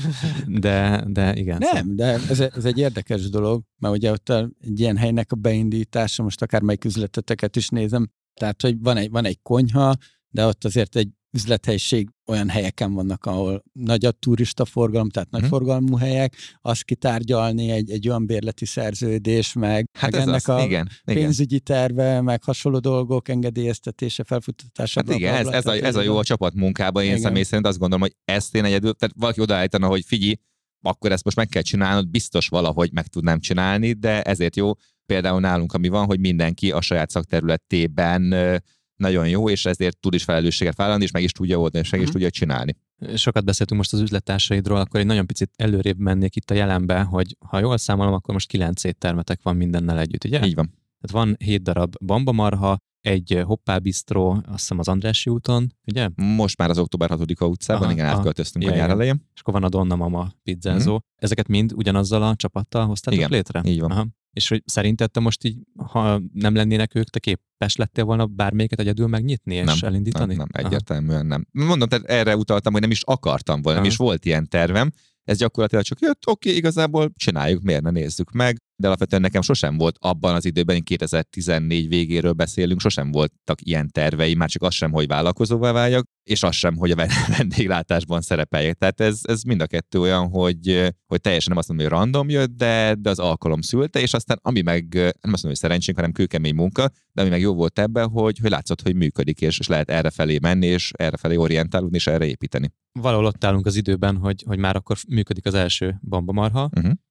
De igen. Nem, de ez egy érdekes dolog, mert ugye ott egy ilyen helynek a beindítása, most akármelyik üzleteteket is nézem, tehát, hogy van egy konyha, de ott azért egy üzlethelyiség olyan helyeken vannak, ahol nagy a turista forgalom, tehát nagy forgalmú helyek, azt kitárgyalni egy olyan bérleti szerződés, meg ennek pénzügyi terve, meg hasonló dolgok, engedélyeztetése, felfuttatása. Hát igen, ez a jó a csapatmunkában, én személy szerint azt gondolom, hogy ezt én egyedül, tehát valaki odaállítana, hogy figyelj, akkor ezt most meg kell csinálnod, biztos valahogy meg tudnám csinálni, de ezért jó például nálunk, ami van, hogy mindenki a saját szakterületében nagyon jó, és ezért tud is felelősséget vállalni, és meg is tudja oldani, és meg is tudja csinálni. Sokat beszéltünk most az üzlettársaidról, akkor egy nagyon picit előrébb mennék itt a jelenbe, hogy ha jól számolom, akkor most 9 éttermetek van mindennel együtt, ugye? Így van. Tehát van 7 darab bambamarha, egy Hoppá Bistró, azt hiszem az Andrássy úton, ugye? Most már az Október 6-a utcában, igen, átköltöztünk a nyár elején. És akkor van a Donna Mama pizzázó. Ezeket mind ugyanazzal a csapattal hoztátok létre? Így van. Aha. És hogy szerinted te most így, ha nem lennének ők, te képes lettél volna bármelyiket egyedül megnyitni és elindítani? Nem, egyértelműen nem. Mondom, tehát erre utaltam, hogy nem is akartam volna, nem is volt ilyen tervem. Ez gyakorlatilag csak jött, oké, igazából csináljuk, miért ne nézzük meg. De alapvetően nekem sosem volt abban az időben, 2014 végéről beszélünk, sosem voltak ilyen tervei, már csak az sem, hogy vállalkozóvá váljak, és az sem, hogy a vendéglátásban szerepeljek. Tehát ez mind a kettő olyan, hogy teljesen nem azt mondom, hogy random jött, de az alkalom szülte, és aztán ami meg, nem azt mondom, hogy szerencsénk, hanem kőkemény munka, de ami meg jó volt ebben, hogy látszott, hogy működik, és lehet erre felé menni, és erre felé orientálódni, és erre építeni. Valahol ott állunk az időben, hogy már akkor működik az első bambamarha,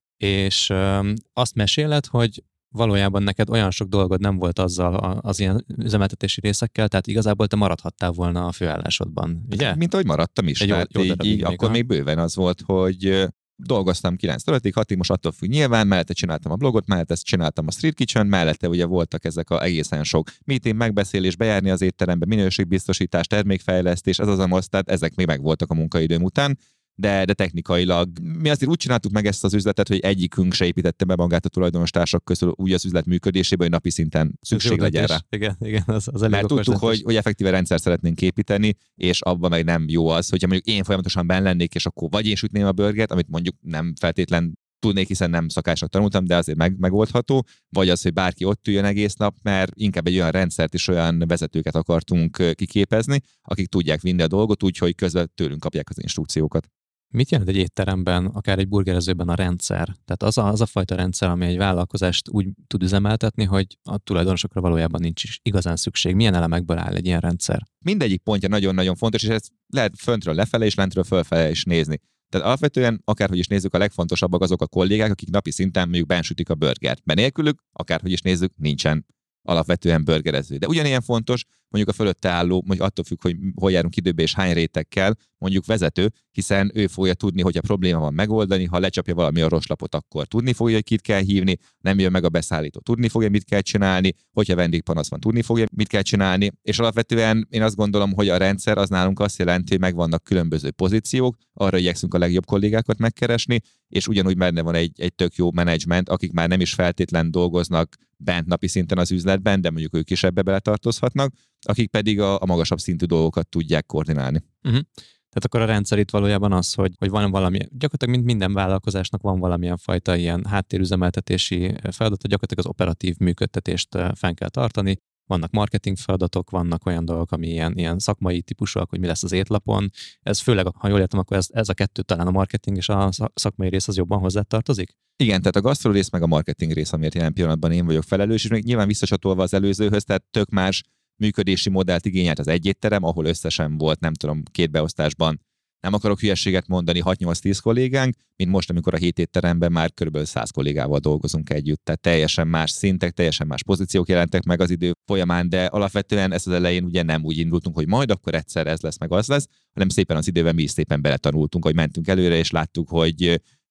és azt meséled, hogy valójában neked olyan sok dolgod nem volt azzal az ilyen üzemeltetési részekkel, tehát igazából te maradhattál volna a főállásodban, ugye? Mint ahogy maradtam is. Jó így akkor még bőven az volt, hogy dolgoztam 9-től 6-ig, most attól függ nyilván, mellette csináltam a blogot, mellette csináltam a Street Kitchen, mellette ugye voltak ezek a egészen sok meeting, megbeszélés, bejárni az étterembe, minőségbiztosítás, termékfejlesztés, ez az a tehát ezek még megvoltak a munkaidőm után. De technikailag mi azért úgy csináltuk meg ezt az üzletet, hogy egyikünk se építette be magát a tulajdonos-társak közül úgy az üzlet működésébe, hogy napi szinten szükség legyen rá. Igen, az elég. Mert tudtuk, hogy effektíve rendszer szeretnénk építeni, és abban meg nem jó az, hogyha mondjuk én folyamatosan benn lennék, és akkor vagy én sütném a burgert, amit mondjuk nem feltétlen tudnék, hiszen nem szakásnak tanultam, de azért megoldható, vagy az, hogy bárki ott üljön egész nap, mert inkább egy olyan rendszert és olyan vezetőket akartunk kiképezni, akik tudják vinni a dolgot úgy, hogy közben tőlünk kapják az instrukciókat. Mit jelent egy étteremben, akár egy burgerezőben a rendszer? Tehát az a fajta rendszer, ami egy vállalkozást úgy tud üzemeltetni, hogy a tulajdonosokra valójában nincs is igazán szükség. Milyen elemekből áll egy ilyen rendszer? Mindegyik pontja nagyon-nagyon fontos, és ezt lehet föntről lefele és lentről fölfele is nézni. Tehát alapvetően, akárhogy is nézzük, a legfontosabbak azok a kollégák, akik napi szinten mondjuk bensütik a burgert. Mert nélkülük, akárhogy is nézzük, nincsen alapvetően burgerező. De ugyanilyen fontos, mondjuk a fölötte álló, mondjuk attól függ, hogy hol járunk időbe és hány rétegkel, mondjuk vezető, hiszen ő fogja tudni, hogyha probléma van megoldani, ha lecsapja valami a roslapot, akkor tudni fogja, hogy kit kell hívni, nem jön meg a beszállító, tudni fogja, mit kell csinálni, hogyha vendégpanasz van, tudni fogja, mit kell csinálni, és alapvetően én azt gondolom, hogy a rendszer az nálunk azt jelenti, hogy megvannak különböző pozíciók, arra igyekszünk a legjobb kollégákat megkeresni, és ugyanúgy benne van egy tök jó menedzsment, akik már nem is feltétlen dolgoznak bent napi szinten az üzletben, de mondjuk ők is ebbe beletartozhatnak, akik pedig a magasabb szintű dolgokat tudják koordinálni. Tehát akkor a rendszer itt valójában az, hogy van valami, gyakorlatilag mint minden vállalkozásnak van valamilyen fajta ilyen háttérüzemeltetési feladat, gyakorlatilag az operatív működtetést fenn kell tartani. Vannak marketing feladatok, vannak olyan dolgok, ami ilyen szakmai típusúak, hogy mi lesz az étlapon. Ez főleg, ha jól értem, akkor ez a kettő, talán a marketing és a szakmai rész az jobban hozzátartozik? Igen, tehát a gasztró rész meg a marketing rész, amiért jelen pillanatban én vagyok felelős, és még nyilván visszacsatolva az előzőhöz, tehát tök más működési modellt igényelt az egy étterem, ahol összesen volt, nem tudom, 2 beosztásban. Nem akarok hülyeséget mondani, 6-8-10 kollégánk, mint most, amikor a 7 étteremben már kb. 100 kollégával dolgozunk együtt. Tehát teljesen más szintek, teljesen más pozíciók jelentek meg az idő folyamán, de alapvetően ezt az elején ugye nem úgy indultunk, hogy majd akkor egyszer ez lesz, meg az lesz, hanem szépen az időben mi is szépen beletanultunk, hogy mentünk előre, és láttuk, hogy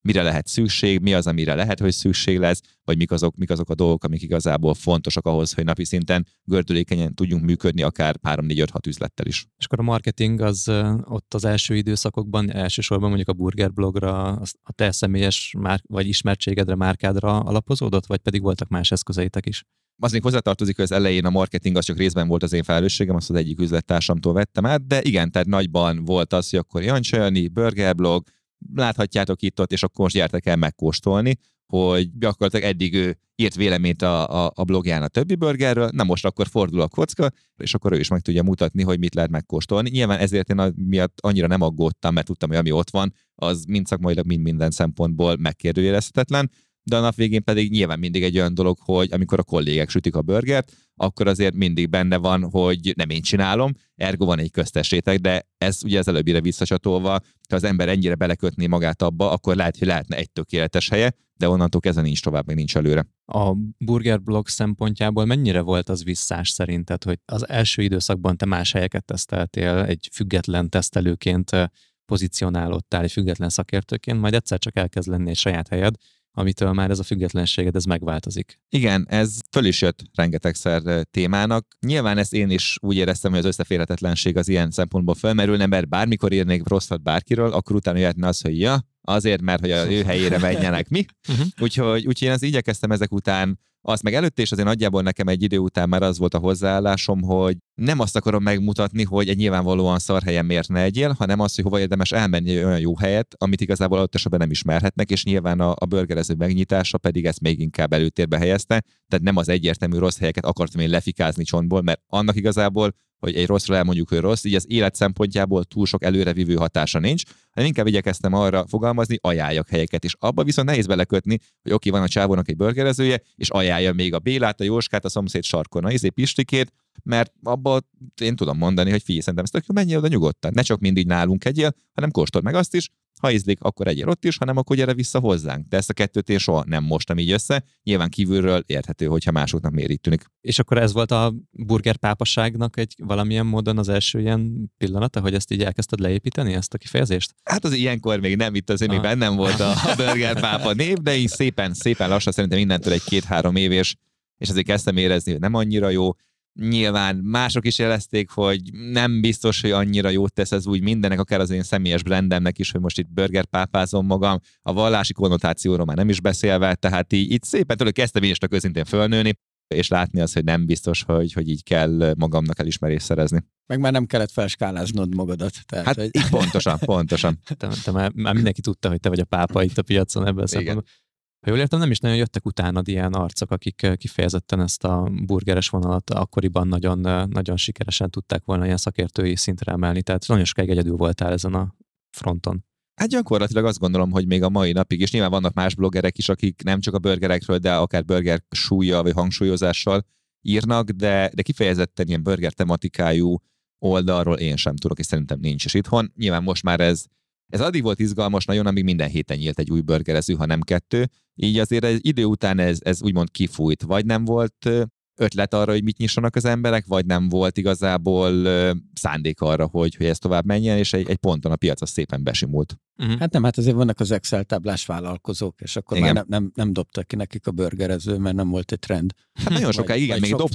mire lehet szükség, mi az, amire lehet, hogy szükség lesz, vagy mik azok a dolgok, amik igazából fontosak ahhoz, hogy napi szinten gördülékenyen tudjunk működni, akár 3-4-5-6 üzlettel is. És akkor a marketing az ott az első időszakokban elsősorban mondjuk a burgerblogra, a te személyes vagy ismertségedre, márkádra alapozódott, vagy pedig voltak más eszközeitek is? Az még hozzátartozik, hogy az elején a marketing az csak részben volt az én felelősségem, azt az egyik üzlettársamtól vettem át, de igen, tehát nagyban volt az, hogy akkor Jancsa Jani, burgerblog, láthatjátok itt-ott, és akkor most gyertek el megkóstolni, hogy gyakorlatilag eddig ő írt véleményt a blogján a többi burgerről, na most akkor fordul a kocka, és akkor ő is meg tudja mutatni, hogy mit lehet megkóstolni. Nyilván ezért én miatt annyira nem aggódtam, mert tudtam, hogy ami ott van, az mind szakmailag, mind minden szempontból megkérdőjelezhetetlen, de a nap végén pedig nyilván mindig egy olyan dolog, hogy amikor a kollégák sütik a burgert, akkor azért mindig benne van, hogy nem én csinálom, ergo van egy köztes réteg, de ez ugye az előbbire visszacsatolva, ha az ember ennyire belekötné magát abba, akkor lehet, hogy lehetne egy tökéletes helye, de onnantól kezdve nincs tovább, meg nincs előre. A burgerblog szempontjából mennyire volt az visszás szerinted, hogy az első időszakban te más helyeket teszteltél, egy független tesztelőként pozícionálódtál, egy független szakértőként, majd egyszer csak elkezd lenni egy saját helyed, amitől már ez a függetlenséged, ez megváltozik. Igen, ez föl is jött rengetegszer témának. Nyilván ezt én is úgy éreztem, hogy az összeférhetetlenség az ilyen szempontból felmerülne, mert bármikor írnék rosszat bárkiről, akkor utána jöhetne az, hogy ja, azért, mert hogy a ő helyére menjenek mi. Úgyhogy én azt igyekeztem ezek után, azt meg előtte is azért nagyjából nekem egy idő után már az volt a hozzáállásom, hogy nem azt akarom megmutatni, hogy egy nyilvánvalóan szar helyen miért ne egyél, hanem azt, hogy hova érdemes elmenni egy olyan jó helyet, amit igazából adott esetben nem ismerhetnek, és nyilván a burgerező megnyitása pedig ezt még inkább előtérbe helyezte, tehát nem az egyértelmű rossz helyeket akartam én lefikázni csontból, mert annak igazából, hogy egy rosszról elmondjuk, hogy rossz, így az élet szempontjából túl sok előrevívő hatása nincs, hanem inkább igyekeztem arra fogalmazni, ajánljak helyeket, és abba viszont nehéz belekötni, hogy oké, van a csávónak egy burgerezője, és ajánlja még a Bélát, a Jóskát, a szomszéd sarkon, a Pistikét, mert abba én tudom mondani, hogy figyelj, szerintem ezt tök jó, menjél oda nyugodtan. Ne csak mindig nálunk egyél, hanem kóstold meg azt is, ha ízlik, akkor egyél ott is, hanem akkor gyere vissza hozzánk. De ezt a kettőt én soha nem mostam így össze. Nyilván kívülről érthető, hogyha másoknak miért így tűnik. És akkor ez volt a burgerpápaságnak egy valamilyen módon az első ilyen pillanata, hogy ezt így elkezdted leépíteni, ezt a kifejezést? Hát az ilyenkor még nem, itt azért még bennem volt a burgerpápa név, de így szépen lassan szerintem innentől egy 2-3 év, és azért kezdtem érezni, hogy nem annyira jó. Nyilván mások is jelezték, hogy nem biztos, hogy annyira jót tesz ez úgy mindennek, akár az én személyes brandemnek is, hogy most itt burgerpápázom magam, a vallási konnotációról már nem is beszélve, tehát így szépen tőle kezdtem én is őszintén fölnőni, és látni azt, hogy nem biztos, hogy így kell magamnak elismerést szerezni. Meg már nem kellett felskáláznod magadat. Tehát, hát hogy... pontosan. Te már mindenki tudta, hogy te vagy a pápa itt a piacon ebben a szempontból. Ha jól értem, nem is nagyon jöttek utánad ilyen arcok, akik kifejezetten ezt a burgeres vonalat akkoriban nagyon, nagyon sikeresen tudták volna ilyen szakértői szintre emelni. Tehát nagyon sokáig egyedül voltál ezen a fronton. Hát gyakorlatilag azt gondolom, hogy még a mai napig, és nyilván vannak más bloggerek is, akik nem csak a burgerekről, de akár burger súlya vagy hangsúlyozással írnak, de kifejezetten ilyen burger tematikájú oldalról én sem tudok, és szerintem nincs is itthon. Nyilván most már ez addig volt izgalmas nagyon, amíg minden héten nyílt egy új burgerező, ha nem 2. Így azért egy idő után ez úgymond kifújt. Vagy nem volt ötlet arra, hogy mit nyissanak az emberek, vagy nem volt igazából szándék arra, hogy ez tovább menjen, és egy ponton a piac az szépen besimult. Hát azért vannak az Excel táblás vállalkozók, és akkor igen. Már nem dobtak ki nekik a burgerező, mert nem volt egy trend. Hát nagyon sokáig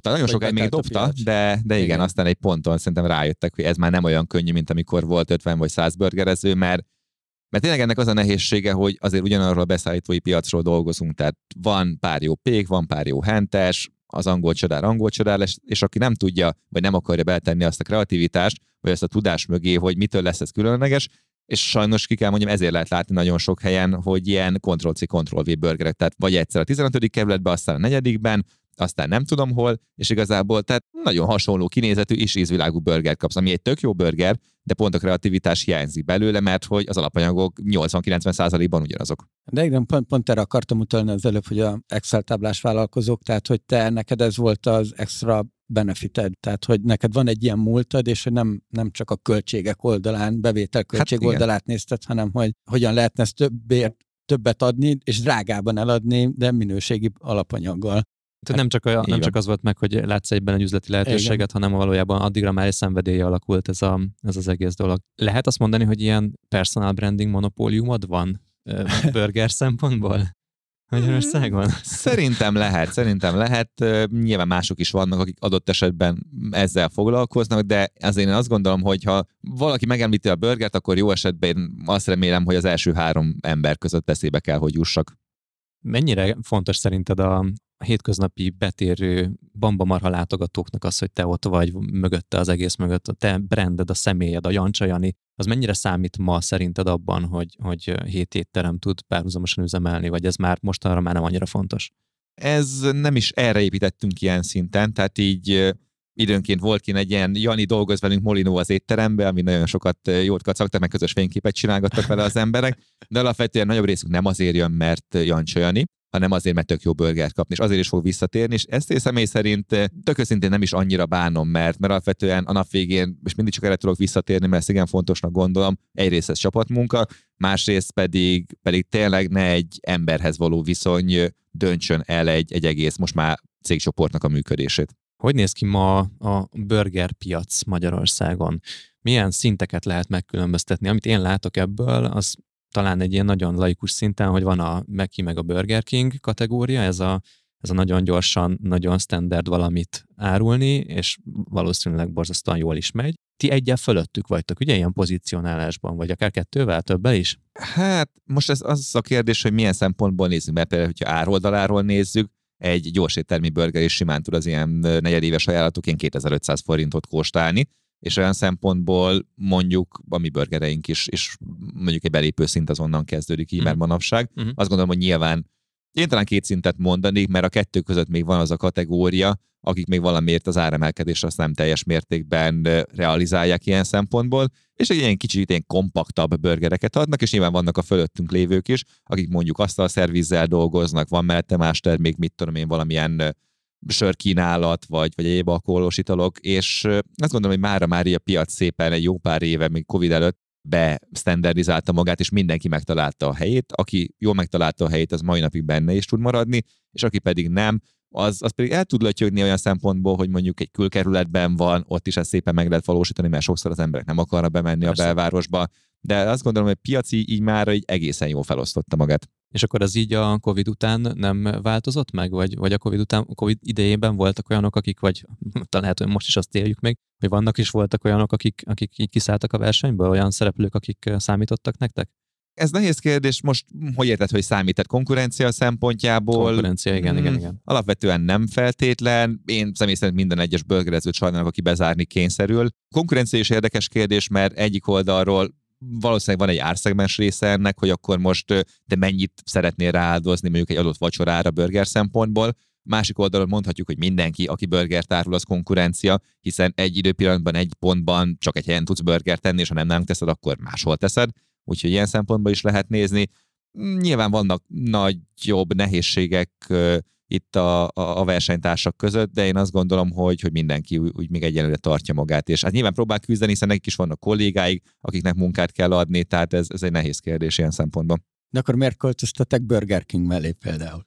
még dobta, de igen, aztán egy ponton szerintem rájöttek, hogy ez már nem olyan könnyű, mint amikor volt 50 vagy 100 burgerező, mert tényleg ennek az a nehézsége, hogy azért ugyanarról a beszállítói piacról dolgozunk, tehát van pár jó pék, van pár jó hentes, az angol csodál, és aki nem tudja, vagy nem akarja beletenni azt a kreativitást, vagy azt a tudás mögé, hogy mitől lesz ez különleges, és sajnos ki kell mondjam, ezért lehet látni nagyon sok helyen, hogy ilyen Ctrl-C, Ctrl-V burgerek, tehát vagy egyszer a 15. kerületben, aztán a 4-ben, aztán nem tudom hol, és igazából tehát nagyon hasonló kinézetű és ízvilágú burger kapsz, ami egy tök jó burger, de pont a kreativitás hiányzik belőle, mert hogy az alapanyagok 80-90%-ban ugyanazok. De igen, pont erre akartam utalni az előbb, hogy a Excel táblás vállalkozók, tehát hogy neked ez volt az extra benefited, tehát hogy neked van egy ilyen múltad, és hogy nem csak a költségek oldalán, bevételköltség oldalát nézted, hanem hogy hogyan lehetne ezt többet adni, és drágában eladni, de minőségi alapanyaggal. Tehát nem csak az volt meg, hogy látsz egyben egy üzleti lehetőséget, igen, hanem valójában addigra már egy szenvedélye alakult ez az egész dolog. Lehet azt mondani, hogy ilyen personal branding monopóliumod van burger szempontból Magyarországon? Szerintem lehet. Nyilván mások is vannak, akik adott esetben ezzel foglalkoznak, de azért én azt gondolom, hogy ha valaki megemlíti a burgert, akkor jó esetben én azt remélem, hogy az első 3 ember között eszébe kell, hogy jussak. Mennyire fontos szerinted a hétköznapi betérő bambamarha látogatóknak az, hogy te ott vagy mögötte, az egész mögött, a te branded, a személyed, a Jancsa Jani, az mennyire számít ma szerinted abban, hogy 7 étterem tud párhuzamosan üzemelni, vagy ez már mostanra már nem annyira fontos? Ez nem is erre építettünk ilyen szinten, tehát így időnként volt kint egy ilyen Jani dolgoz velünk Molinó az étterembe, ami nagyon sokat jót kacagtak, meg közös fényképet csinálgattak vele az emberek, de alapvetően nagyobb részük nem azért jön, mert Jancsa Jani, hanem azért, mert tök jó burgert kapni, és azért is fog visszatérni, és ezt én személy szerint tök őszintén nem is annyira bánom, mert alapvetően a nap végén, és mindig csak erre tudok visszatérni, mert ezt igen fontosnak gondolom, egyrészt ez csapatmunka, másrészt pedig tényleg ne egy emberhez való viszony döntsön el egy egész most már cégcsoportnak a működését. Hogy néz ki ma a burgerpiac Magyarországon? Milyen szinteket lehet megkülönböztetni? Amit én látok ebből, az talán egy ilyen nagyon laikus szinten, hogy van a Meki meg a Burger King kategória, ez a nagyon gyorsan, nagyon standard valamit árulni, és valószínűleg borzasztóan jól is megy. Ti egyel fölöttük vagytok, ugye ilyen pozícionálásban, vagy akár 2-vel többel is? Hát most ez az a kérdés, hogy milyen szempontból nézzük, mert például, hogyha ároldaláról nézzük, egy gyorséttermi burger is simán tud az ilyen negyedéves ajánlatoként 2500 forintot kóstálni, és olyan szempontból mondjuk a mi burgereink is mondjuk egy belépő szint azonnan kezdődik így, mert manapság. Azt gondolom, hogy nyilván én talán 2 szintet mondanék, mert a 2 között még van az a kategória, akik még valamiért az áremelkedést azt nem teljes mértékben realizálják ilyen szempontból, és egy ilyen kicsit ilyen kompaktabb burgereket adnak, és nyilván vannak a fölöttünk lévők is, akik mondjuk asztalszervizzel dolgoznak, van mellette más termék, mit tudom én, valamilyen sörkínálat, vagy egyéb alkoholos italok, és azt gondolom, hogy már a piac szépen egy jó pár éve, még Covid előtt bestandardizálta magát, és mindenki megtalálta a helyét. Aki jól megtalálta a helyét, az mai napig benne is tud maradni, és aki pedig nem, az pedig el tud lötyögni olyan szempontból, hogy mondjuk egy külkerületben van, ott is ezt szépen meg lehet valósítani, mert sokszor az emberek nem akarnak bemenni a belvárosba, de azt gondolom, hogy piaci így már egy egészen jól felosztotta magát. És akkor az így a Covid után nem változott meg? Vagy a Covid idejében voltak olyanok, akik, vagy talán lehet, hogy most is azt éljük meg, hogy vannak is voltak olyanok, akik így kiszálltak a versenyből, olyan szereplők, akik számítottak nektek? Ez nehéz kérdés, most hogy érted, hogy számít? Konkurencia szempontjából? Konkurencia, igen. Alapvetően nem feltétlen. Én személy szerint minden egyes burgerezőt sajnálok, aki bezárni kényszerül. Konkurencia is érdekes kérdés, mert egyik oldalról valószínűleg van egy árszegmens része ennek, hogy akkor most te mennyit szeretnél rááldozni mondjuk egy adott vacsorára burger szempontból. Másik oldalon mondhatjuk, hogy mindenki, aki burgert árul, az konkurencia, hiszen egy időpillanatban, egy pontban csak egy helyen tudsz burgert tenni, és ha nem nálunk teszed, akkor máshol teszed. Úgyhogy ilyen szempontból is lehet nézni. Nyilván vannak nagyobb nehézségek itt a versenytársak között, de én azt gondolom, hogy mindenki úgy még egyenlőre tartja magát, és hát nyilván próbál küzdeni, hiszen nekik is vannak kollégáik, akiknek munkát kell adni, tehát ez egy nehéz kérdés ilyen szempontból. De akkor miért költöztetek Burger King mellé például?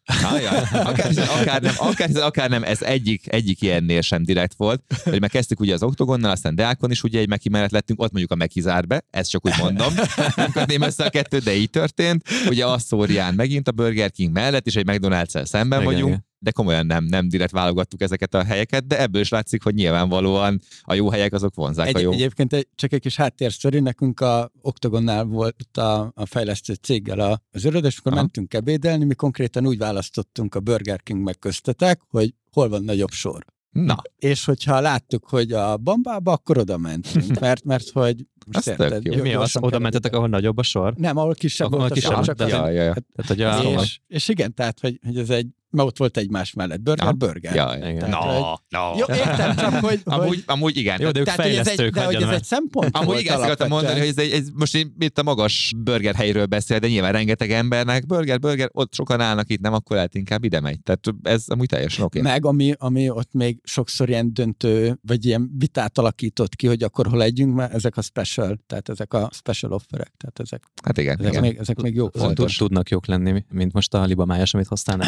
Akár nem, ez egyik ilyennél sem direkt volt, hogy meg kezdtük ugye az Oktogonnal, aztán Deákon is ugye egy Meki mellett lettünk, ott mondjuk a Meki zárt be, ezt csak úgy mondom, nem kötném össze a 2, de így történt. Ugye a Asztórián megint a Burger King mellett, és egy McDonald's-el szemben vagyunk, de komolyan nem direkt válogattuk ezeket a helyeket, de ebből is látszik, hogy nyilvánvalóan a jó helyek azok vonzák a jó. Egyébként csak egy kis háttérsztori, nekünk a Oktogonnál volt a fejlesztő céggel az öröd, és akkor mentünk ebédelni, mi konkrétan úgy választottunk a Burger King meg köztetek, hogy hol van nagyobb sor. Na. És hogyha láttuk, hogy a Bambába, akkor oda mentünk, mert hogy most érted, mi az? Oda mentetek, ahol nagyobb a sor? Nem, ahol kisebb volt a sor, csak és igen, tehát, hogy ez egy, mert ott volt egymás mellett. Burger. Jó, értem, csak hogy... Amúgy igen. Jó, de ők fejlesztők de hogy ez egy szempont amúgy volt igen, ezt akartam mondani, hogy ez most én itt a magas burger helyről beszél, de nyilván rengeteg embernek burger, ott sokan állnak itt, nem, akkor lehet inkább ide megy. Tehát ez amúgy teljesen oké. Meg ami ott még sokszor ilyen döntő, vagy ilyen vitát alakított ki, hogy akkor hol legyünk, mert ezek a special, tehát ezek a special offerek, tehát ezek, hát igen, ezek még jók voltak. Tudnak jók lenni, mint most a libamájas, amit hoztál nekünk.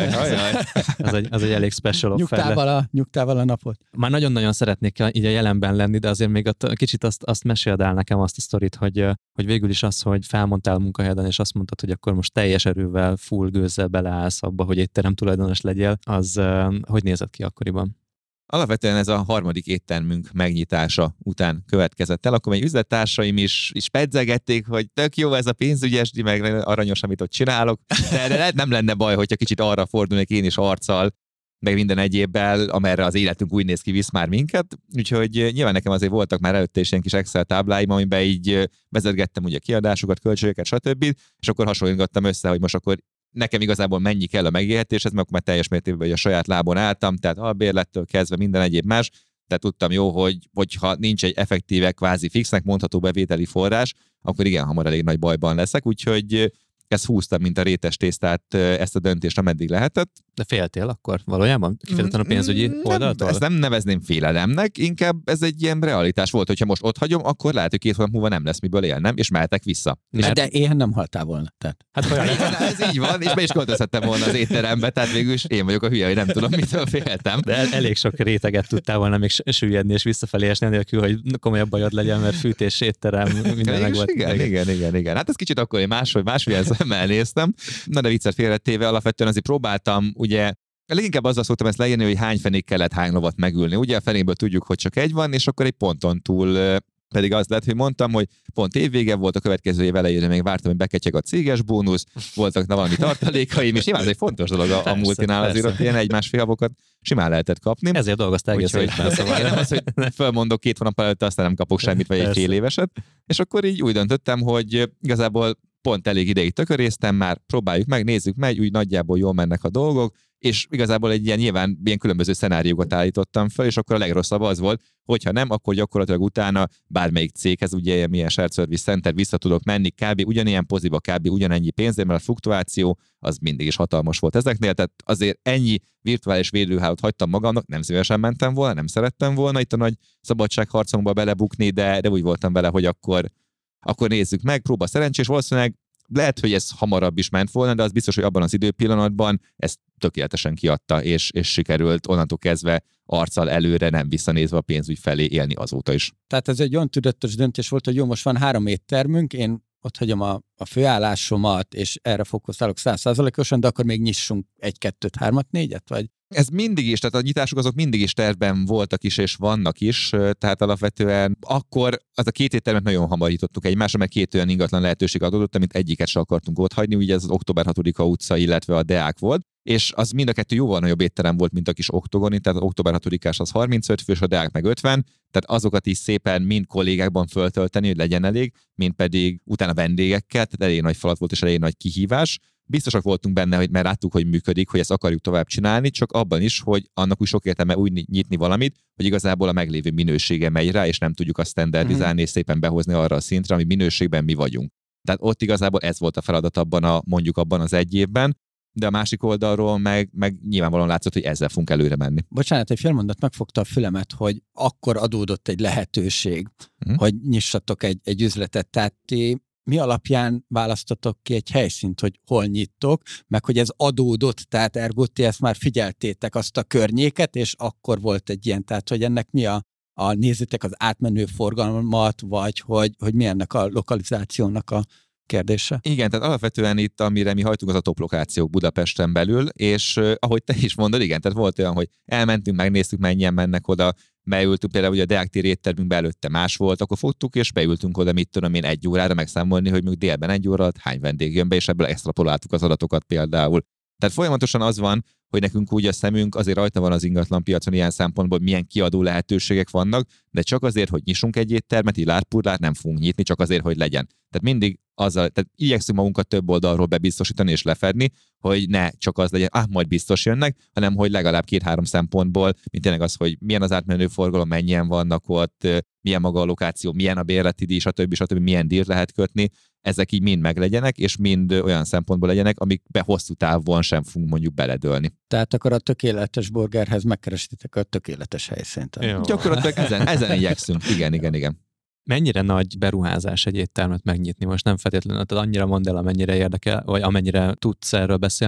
Az egy elég special offer. Nyugtával a napot. Már nagyon-nagyon szeretnék így a jelenben lenni, de azért még kicsit azt meséld el nekem azt a sztorit, hogy végül is az, hogy felmondtál a munkahelyeden, és azt mondtad, hogy akkor most teljes erővel, full gőzzel beleállsz abba, hogy étterem tulajdonos legyél, az hogy nézett ki akkoriban? Alapvetően ez a harmadik éttermünk megnyitása után következett el, akkor még üzlettársaim is pedzegették, hogy tök jó ez a pénzügyesdi, meg aranyos, amit ott csinálok, de nem lenne baj, hogyha kicsit arra fordulnék én is arccal, meg minden egyébbel, amerre az életünk úgy néz ki, visz már minket. Úgyhogy nyilván nekem azért voltak már előtte is ilyen kis Excel tábláim, amiben így vezetgettem ugye kiadásokat, költségeket, stb. És akkor hasonlítottam össze, hogy most akkor nekem igazából mennyi kell a megélhetéshez, mert akkor már teljes mértékben hogy a saját lábon álltam, tehát albérlettől kezdve minden egyéb más, tehát tudtam jó, hogyha nincs egy effektíve, kvázi fixnek mondható bevételi forrás, akkor igen, hamar elég nagy bajban leszek, úgyhogy ezt húztam, mint a rétes tésztát, ezt a döntést, ameddig lehetett. De féltél akkor valójában? Kifejezetten a pénzügyi oldaltól? Ezt nem nevezném félelemnek, inkább ez egy ilyen realitás volt, hogyha most ott hagyom, akkor lehet, hogy 2 hónap múlva nem lesz miből élnem, és mehetek vissza. De éhen nem haltál volna. Tehát. Hát olyan ez így van, és be is költözhettem volna az étterembe, tehát végül is én vagyok a hülye, hogy nem tudom, mitől féltem. De elég sok réteget tudtál volna még süllyedni és visszafelé esni, nélkül, hogy komolyabb bajod legyen, mert fűtés, étterem, minden meg volt. Igen. Hát ez kicsit akkor én másfél szemmel néztem. Na de viccet félretéve, alapvetően azért próbáltam, ugye leginkább azzal szoktam ezt leírni, hogy hány fenék kellett hány lovat megülni. Ugye a fenékből tudjuk, hogy csak egy van, és akkor egy ponton túl pedig az lett, hogy mondtam, hogy pont évvége volt, a következő év elejére még vártam, hogy beketyeg a céges bónusz, voltak valami tartalékaim, és nyilván ez egy fontos dolog a multinál, azért ott ilyen 1-1,5 habokat simán lehetett kapni. Ezért dolgoztál egész évben. Szóval nem az, hogy fölmondok 2 hónap előtt, aztán nem kapok semmit, vagy egy fél éveset. És akkor így úgy döntöttem, hogy igazából pont elég ideig tököréztem már, próbáljuk meg, nézzük meg, úgy nagyjából jól mennek a dolgok, és igazából egy ilyen különböző szenáriókat állítottam fel, és akkor a legrosszabb az volt, hogyha nem, akkor gyakorlatilag utána bármelyik céghez, ugye milyen shared service center, vissza tudok menni, kb. Ugyanilyen poziba, kb. Ugyanennyi pénzért, mert a fluktuáció az mindig is hatalmas volt ezeknél, tehát azért ennyi virtuális védőhálót hagytam magamnak, nem szívesen mentem volna, nem szerettem volna itt a nagy szabadságharcomba belebukni, de úgy voltam vele, hogy akkor nézzük meg, próba szerencsés, valószínűleg lehet, hogy ez hamarabb is ment volna, de az biztos, hogy abban az időpillanatban ezt tökéletesen kiadta, és sikerült onnantól kezdve arccal előre, nem visszanézve a pénzügy felé élni azóta is. Tehát ez egy olyan tudatos döntés volt, hogy jó, most van 3 éttermünk, én ott hagyom a főállásomat, és erre fókuszálok 100%-osan, de akkor még nyissunk 1, 2, 3, 4-et, vagy? Ez mindig is, tehát a nyitások azok mindig is tervben voltak is, és vannak is, tehát alapvetően akkor az a 2 éttermet nagyon hamar nyitottuk egymásra, mert 2 olyan ingatlan lehetőség adódott, amit egyiket se akartunk ott hagyni, ugye ez az Október 6-a utca, illetve a Deák volt, és az mind a 2 jóval nagyobb étterem volt, mint a kis Oktogoni, tehát az Október 6-ás az 35 fős, a Deák meg 50, tehát azokat is szépen mind kollégákban föltölteni, hogy legyen elég, mind pedig utána vendégekkel, tehát elég nagy falat volt és elég nagy kihívás. Biztosak voltunk benne, hogy mert láttuk, hogy működik, hogy ezt akarjuk tovább csinálni, csak abban is, hogy annak úgy sok értelme úgy nyitni valamit, hogy igazából a meglévő minősége megy rá, és nem tudjuk azt standardizálni és szépen behozni arra a szintre, ami minőségben mi vagyunk. Tehát ott igazából ez volt a feladat abban az egy évben, de a másik oldalról meg nyilvánvalóan látszott, hogy ezzel fogunk előre menni. Bocsánat, egy félmondat megfogta a fülemet, hogy akkor adódott egy lehetőség, hogy nyissatok egy üzletet. Tehát ti mi alapján választotok ki egy helyszínt, hogy hol nyittok, meg hogy ez adódott, tehát ergo ti ezt már figyeltétek azt a környéket, és akkor volt egy ilyen, tehát hogy ennek mi a nézzétek az átmenő forgalmat, vagy hogy mi ennek a lokalizációnak a kérdése? Igen, tehát alapvetően itt, amire mi hajtunk, az a top lokációk Budapesten belül, és ahogy te is mondod, igen, tehát volt olyan, hogy elmentünk, megnéztük, mennyien mennek oda, beültünk, például ugye a Deák téri éttermünkbe előtte más volt, akkor fogtuk, és beültünk oda, mit tudom én, 1 órára megszámolni, hogy mondjuk délben 1 óra alatt hány vendég jön be, és ebből extrapoláltuk az adatokat például. Tehát folyamatosan az van, hogy nekünk úgy a szemünk azért rajta van az ingatlan piacon ilyen szempontból, milyen kiadó lehetőségek vannak, de csak azért, hogy nyissunk egy éttermet, így lárpurlát nem fogunk nyitni, csak azért, hogy legyen. Tehát mindig tehát igyekszünk magunkat több oldalról bebiztosítani és lefedni, hogy ne csak az legyen, majd biztos jönnek, hanem hogy legalább 2-3 szempontból, mint tényleg az, hogy milyen az átmenő forgalom, mennyien vannak ott, milyen maga a lokáció, milyen a bérleti díj, stb. Milyen díjat lehet kötni, ezek így mind meglegyenek, és mind olyan szempontból legyenek, amikbe hosszú távon sem fogunk mondjuk beledőlni. Tehát akkor a tökéletes burgerhez megkerestitek a tökéletes helyszínt. Gyakorlatilag ezen igyekszünk. Igen. Mennyire nagy beruházás egy éttermet megnyitni? Most nem feltétlenül, tehát annyira mondd el, amennyire érdekel, vagy amennyire tudsz erről beszélni.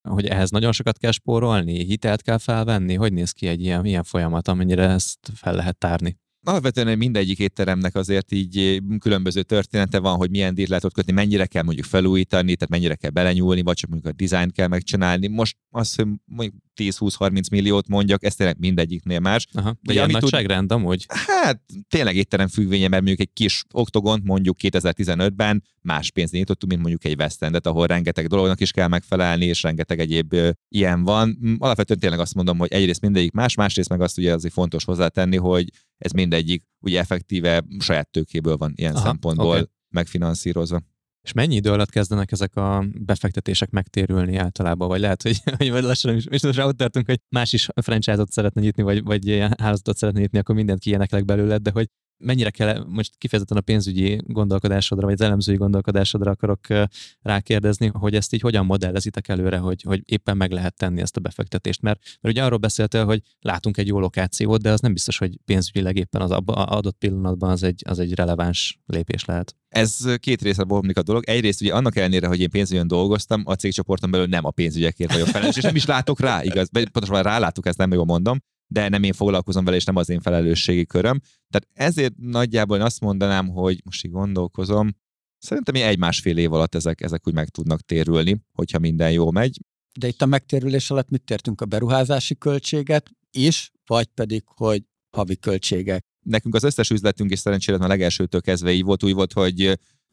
hogy ehhez nagyon sokat kell spórolni, hitelt kell felvenni? Hogy néz ki egy ilyen folyamat, amennyire ezt fel lehet tárni? Alapvetően mindegyik étteremnek azért így különböző története van, hogy milyen dílt lehet ott kötni, mennyire kell mondjuk felújítani, tehát mennyire kell belenyúlni, vagy csak mondjuk a dizájnt kell megcsinálni. Most azt, hogy mondjuk 10-20-30 milliót mondjak, ez tényleg mindegyiknél más. Aha, de ilyen nagyságrend amúgy? Hát tényleg étterem függvénye, mert mondjuk egy kis oktogont mondjuk 2015-ben más pénzt nyitottunk, mint mondjuk egy West Endet, ahol rengeteg dolognak is kell megfelelni, és rengeteg egyéb ilyen van. Alapvetően tényleg azt mondom, hogy egyrészt mindegyik más, másrészt meg azt ugye azért fontos hozzátenni, hogy ez mindegyik ugye effektíve saját tőkéből van ilyen szempontból megfinanszírozva. És mennyi idő alatt kezdenek ezek a befektetések megtérülni általában? Vagy lehet, hogy lassan is most ott tartunk, hogy más is franchise-ot szeretne nyitni, vagy ilyen hálózatot szeretne nyitni, akkor mindent kiéneklek belőle, de hogy mennyire kell, most kifejezetten a pénzügyi gondolkodásodra, vagy az elemzői gondolkodásodra akarok rákérdezni, hogy ezt így hogyan modellezitek előre, hogy éppen meg lehet tenni ezt a befektetést. Mert ugye arról beszéltél, hogy látunk egy jó lokációt, de az nem biztos, hogy pénzügyileg éppen az adott pillanatban az egy releváns lépés lehet. Ez két részre bomlik a dolog. Egyrészt ugye annak ellenére, hogy én pénzügyen dolgoztam, a cégcsoporton belül nem a pénzügyekért vagyok felelős, és nem is látok rá, igaz? Pontosan rálátok, ezt nem jól mondom, de nem én foglalkozom vele, és nem az én felelősségi köröm. Tehát ezért nagyjából én azt mondanám, hogy most így gondolkozom, szerintem 1-1,5 év alatt ezek úgy meg tudnak térülni, hogyha minden jól megy. De itt a megtérülés alatt mit értünk, a beruházási költséget is, vagy pedig, hogy havi költségek? Nekünk az összes üzletünk, és szerencsére már legelsőtől kezdve így volt, úgy volt, hogy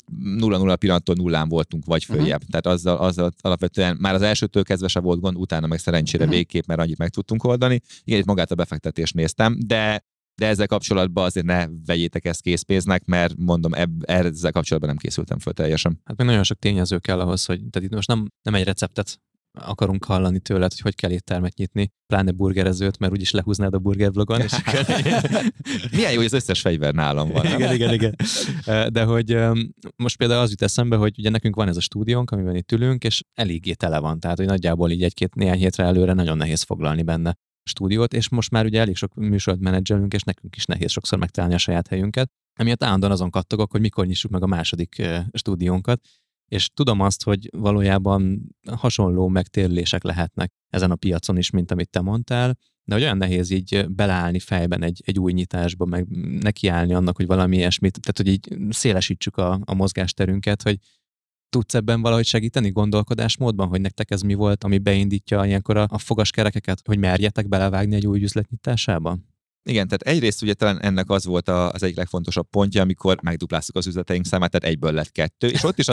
0-0 pillanattól nullán voltunk, vagy följebb. Tehát azzal alapvetően már az elsőtől kezdve se volt gond, utána meg szerencsére végképp, mert annyit meg tudtunk oldani. Igen, itt magát a befektetést néztem, de ezzel kapcsolatban azért ne vegyétek ezt készpénznek, mert mondom, ezzel kapcsolatban nem készültem föl teljesen. Hát még nagyon sok tényező kell ahhoz, hogy tehát itt most nem egy receptet akarunk hallani tőled, hogy kell éttermet nyitni, pláne burgerezőt, mert úgyis lehúznád a burgerblogon. És milyen jó, hogy az összes fegyver nálam van. Igen. De hogy most például az jut eszembe, hogy ugye nekünk van ez a stúdiónk, amiben itt ülünk, és eléggé tele van, tehát hogy nagyjából így néhány hétre előre nagyon nehéz foglalni benne a stúdiót, és most már ugye elég sok műsort menedzselünk, és nekünk is nehéz sokszor megtalálni a saját helyünket. Emiatt állandóan azon kattogok, hogy mikor nyissuk meg a második stúdiónkat, és tudom azt, hogy valójában hasonló megtérülések lehetnek ezen a piacon is, mint amit te mondtál, de hogy olyan nehéz így beleállni fejben egy új nyitásba, meg nekiállni annak, hogy valami ilyesmit, tehát hogy így szélesítsük a mozgásterünket, hogy tudsz ebben valahogy segíteni gondolkodásmódban, hogy nektek ez mi volt, ami beindítja ilyenkor a fogaskerekeket, hogy merjetek belevágni egy új üzlet nyitásába? Igen, tehát egyrészt ugye talán ennek az volt az egyik legfontosabb pontja, amikor megdupláztuk az üzleteink számát, tehát egyből lett 2, és ott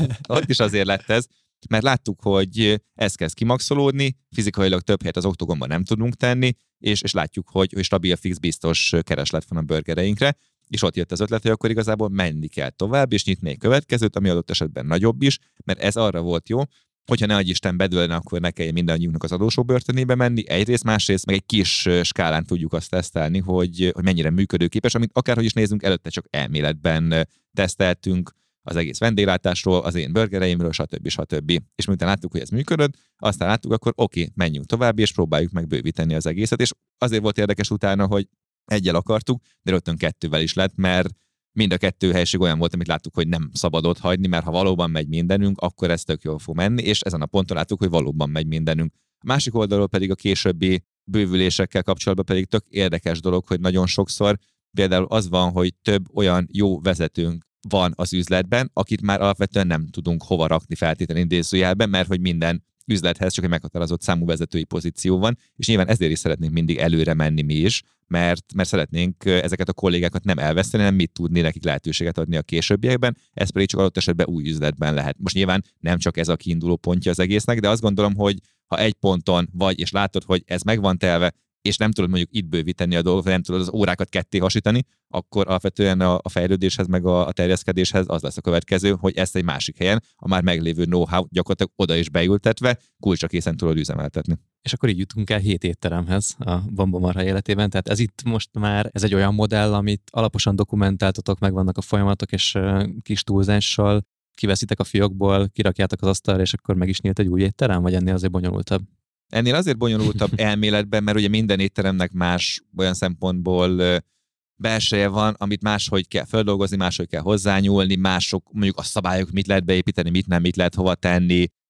is azért lett ez, mert láttuk, hogy ez kezd kimaxolódni, fizikailag több helyet az oktogonban nem tudunk tenni, és látjuk, hogy stabil, fix, biztos kereslet van a burgereinkre, és ott jött az ötlet, hogy akkor igazából menni kell tovább, és nyitni egy következőt, ami adott esetben nagyobb is, mert ez arra volt jó, hogyha ne adj Isten bedőlne, akkor ne kelljen mindannyiunknak az adósó börtönébe menni. Egyrészt, másrészt meg egy kis skálán tudjuk azt tesztelni, hogy mennyire működőképes, amit akárhogy is nézünk, előtte csak elméletben teszteltünk az egész vendéglátásról, az én burgereimről, stb. És miután láttuk, hogy ez működött, aztán láttuk, akkor oké, menjünk tovább, és próbáljuk meg bővíteni az egészet. És azért volt érdekes utána, hogy egyel akartuk, de rögtön 2-vel is lett, mert mind a 2 helység olyan volt, amit láttuk, hogy nem szabad ott hagyni, mert ha valóban megy mindenünk, akkor ez tök jól fog menni, és ezen a ponton láttuk, hogy valóban megy mindenünk. A másik oldalról pedig a későbbi bővülésekkel kapcsolatban pedig tök érdekes dolog, hogy nagyon sokszor például az van, hogy több olyan jó vezetőnk van az üzletben, akit már alapvetően nem tudunk hova rakni feltétlenül idézőjelben, mert hogy minden üzlethez csak egy meghatározott számú vezetői pozíció van, és nyilván ezért is szeretnénk mindig előre menni mi is, mert szeretnénk ezeket a kollégákat nem elveszteni, hanem mit tudni nekik lehetőséget adni a későbbiekben, ez pedig csak adott esetben új üzletben lehet. Most nyilván nem csak ez a kiinduló pontja az egésznek, de azt gondolom, hogy ha egy ponton vagy, és látod, hogy ez meg van telve, és nem tudod mondjuk itt bővíteni a dolgot, vagy nem tudod az órákat ketté hasítani, akkor alapvetően a fejlődéshez, meg a terjeszkedéshez az lesz a következő, hogy ezt egy másik helyen, a már meglévő know-how gyakorlatilag oda is beültetve, kulcsra készen tudod üzemeltetni. És akkor így jutunk el 7 étteremhez a Bamba Marha életében, tehát ez itt most már ez egy olyan modell, amit alaposan dokumentáltatok, meg vannak a folyamatok, és kis túlzással kiveszitek a fiókból, kirakjátok az asztalra, és akkor meg is nyílt egy új étterem, vagy ennél azért bonyolultabb? Ennél azért bonyolultabb elméletben, mert ugye minden étteremnek más olyan szempontból belseje van, amit máshogy kell feldolgozni, máshogy kell hozzányúlni, mások mondjuk a szabályok, mit lehet beépíteni, mit nem, mit lehet hova tenni,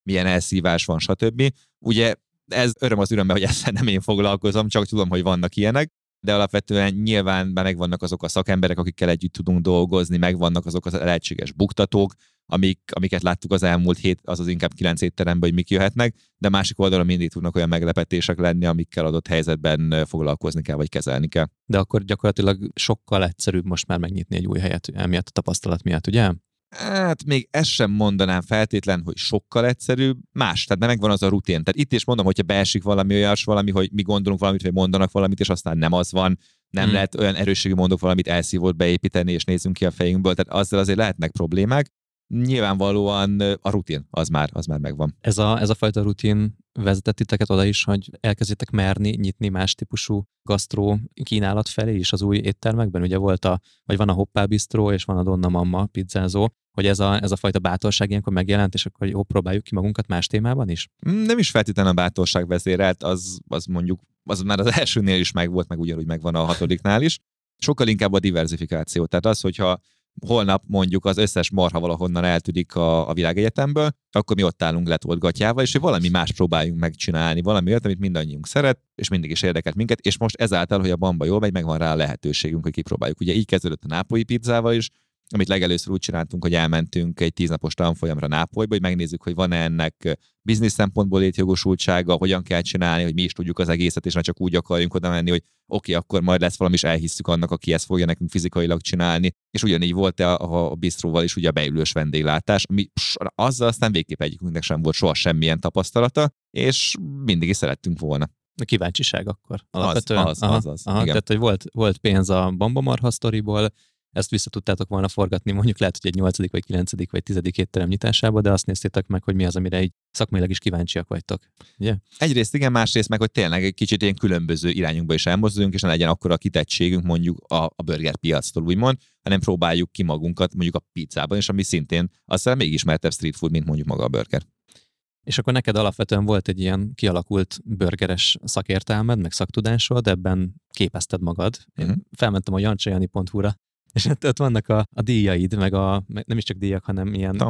milyen elszívás van, stb. Ugye ez öröm az örömben, hogy ezzel nem én foglalkozom, csak tudom, hogy vannak ilyenek, de alapvetően nyilván már megvannak azok a szakemberek, akikkel együtt tudunk dolgozni, megvannak azok az lehetséges buktatók, amiket láttuk az elmúlt azaz inkább 9 étteremben, hogy mik jöhetnek, de másik oldalon mindig tudnak olyan meglepetések lenni, amikkel adott helyzetben foglalkozni kell, vagy kezelni kell. De akkor gyakorlatilag sokkal egyszerűbb most már megnyitni egy új helyet emiatt a tapasztalat miatt, ugye? Hát még ezt sem mondanám feltétlen, hogy sokkal egyszerűbb, más, tehát megvan az a rutin. Tehát itt is mondom, hogyha beesik valami, hogy mi gondolunk valamit, vagy mondanak valamit, és aztán nem az van, nem lehet olyan erősségű mondok valamit elszívót beépíteni, és nézzünk ki a fejünkből, tehát azzal azért lehetnek problémák. Nyilvánvalóan a rutin az már megvan. Ez a fajta rutin vezetett titeket oda is, hogy elkezditek merni nyitni más típusú gasztró kínálat felé is az új éttermekben? Ugye van a Hoppá Bistró, és van a Donna Mamma pizzázó, hogy ez a fajta bátorság ilyenkor megjelent, és akkor jó, próbáljuk ki magunkat más témában is? Nem is feltétlenül a bátorság vezérelt, az mondjuk, az már az elsőnél is megvolt, meg ugyanúgy megvan a 6-nál is. Sokkal inkább a diversifikáció. Tehát az, hogyha holnap mondjuk az összes marha valahonnan eltűnik a világegyetemből, akkor mi ott állunk letolt gatyával, és hogy valami más próbáljunk megcsinálni, valami olyat, amit mindannyiunk szeret, és mindig is érdekelt minket, és most ezáltal, hogy a Bamba jól megy, megvan rá a lehetőségünk, hogy kipróbáljuk. Ugye így kezdődött a nápolyi pizzával is, amit legelőször úgy csináltunk, hogy elmentünk egy 10 napos tanfolyamra Nápolyba, hogy megnézzük, hogy van-e ennek biznisz szempontból létjogosultsága, hogyan kell csinálni, hogy mi is tudjuk az egészet, és ne csak úgy akarjunk oda menni, hogy oké, akkor majd lesz valami, és elhisszük annak, aki ezt fogja nekünk fizikailag csinálni. És ugyanígy volt a bistróval is ugye a beülős vendéglátás, ami azzal aztán végképp egyikünknek sem volt soha semmilyen tapasztalata, és mindig is szerettünk volna. A kíváncsiság akkor alapvetően. Az. Igen. Tehát, hogy volt pénz a Bamba marha sztoriból, ezt vissza tudtátok volna forgatni, mondjuk lehet, hogy egy 8., vagy 9., vagy 10. étterem nyitásába, de azt néztétek meg, hogy mi az, amire így szakmailag is kíváncsiak vagytok. Ugye? Egyrészt igen, másrészt meg, hogy tényleg egy kicsit ilyen különböző irányunkba is elmozduljunk, és ne legyen akkora a kitettségünk mondjuk a burger piactól úgymond, hanem próbáljuk ki magunkat mondjuk a pizzában, és ami szintén aztán még ismertebb street food, mint mondjuk maga a burger. És akkor neked alapvetően volt egy ilyen kialakult burgeres szakértelmed, meg szaktudásod, ebben képezted magad. Én felmentem a jancsajani.hu-ra, és ott vannak a díjaid, meg nem is csak díjak, hanem ilyen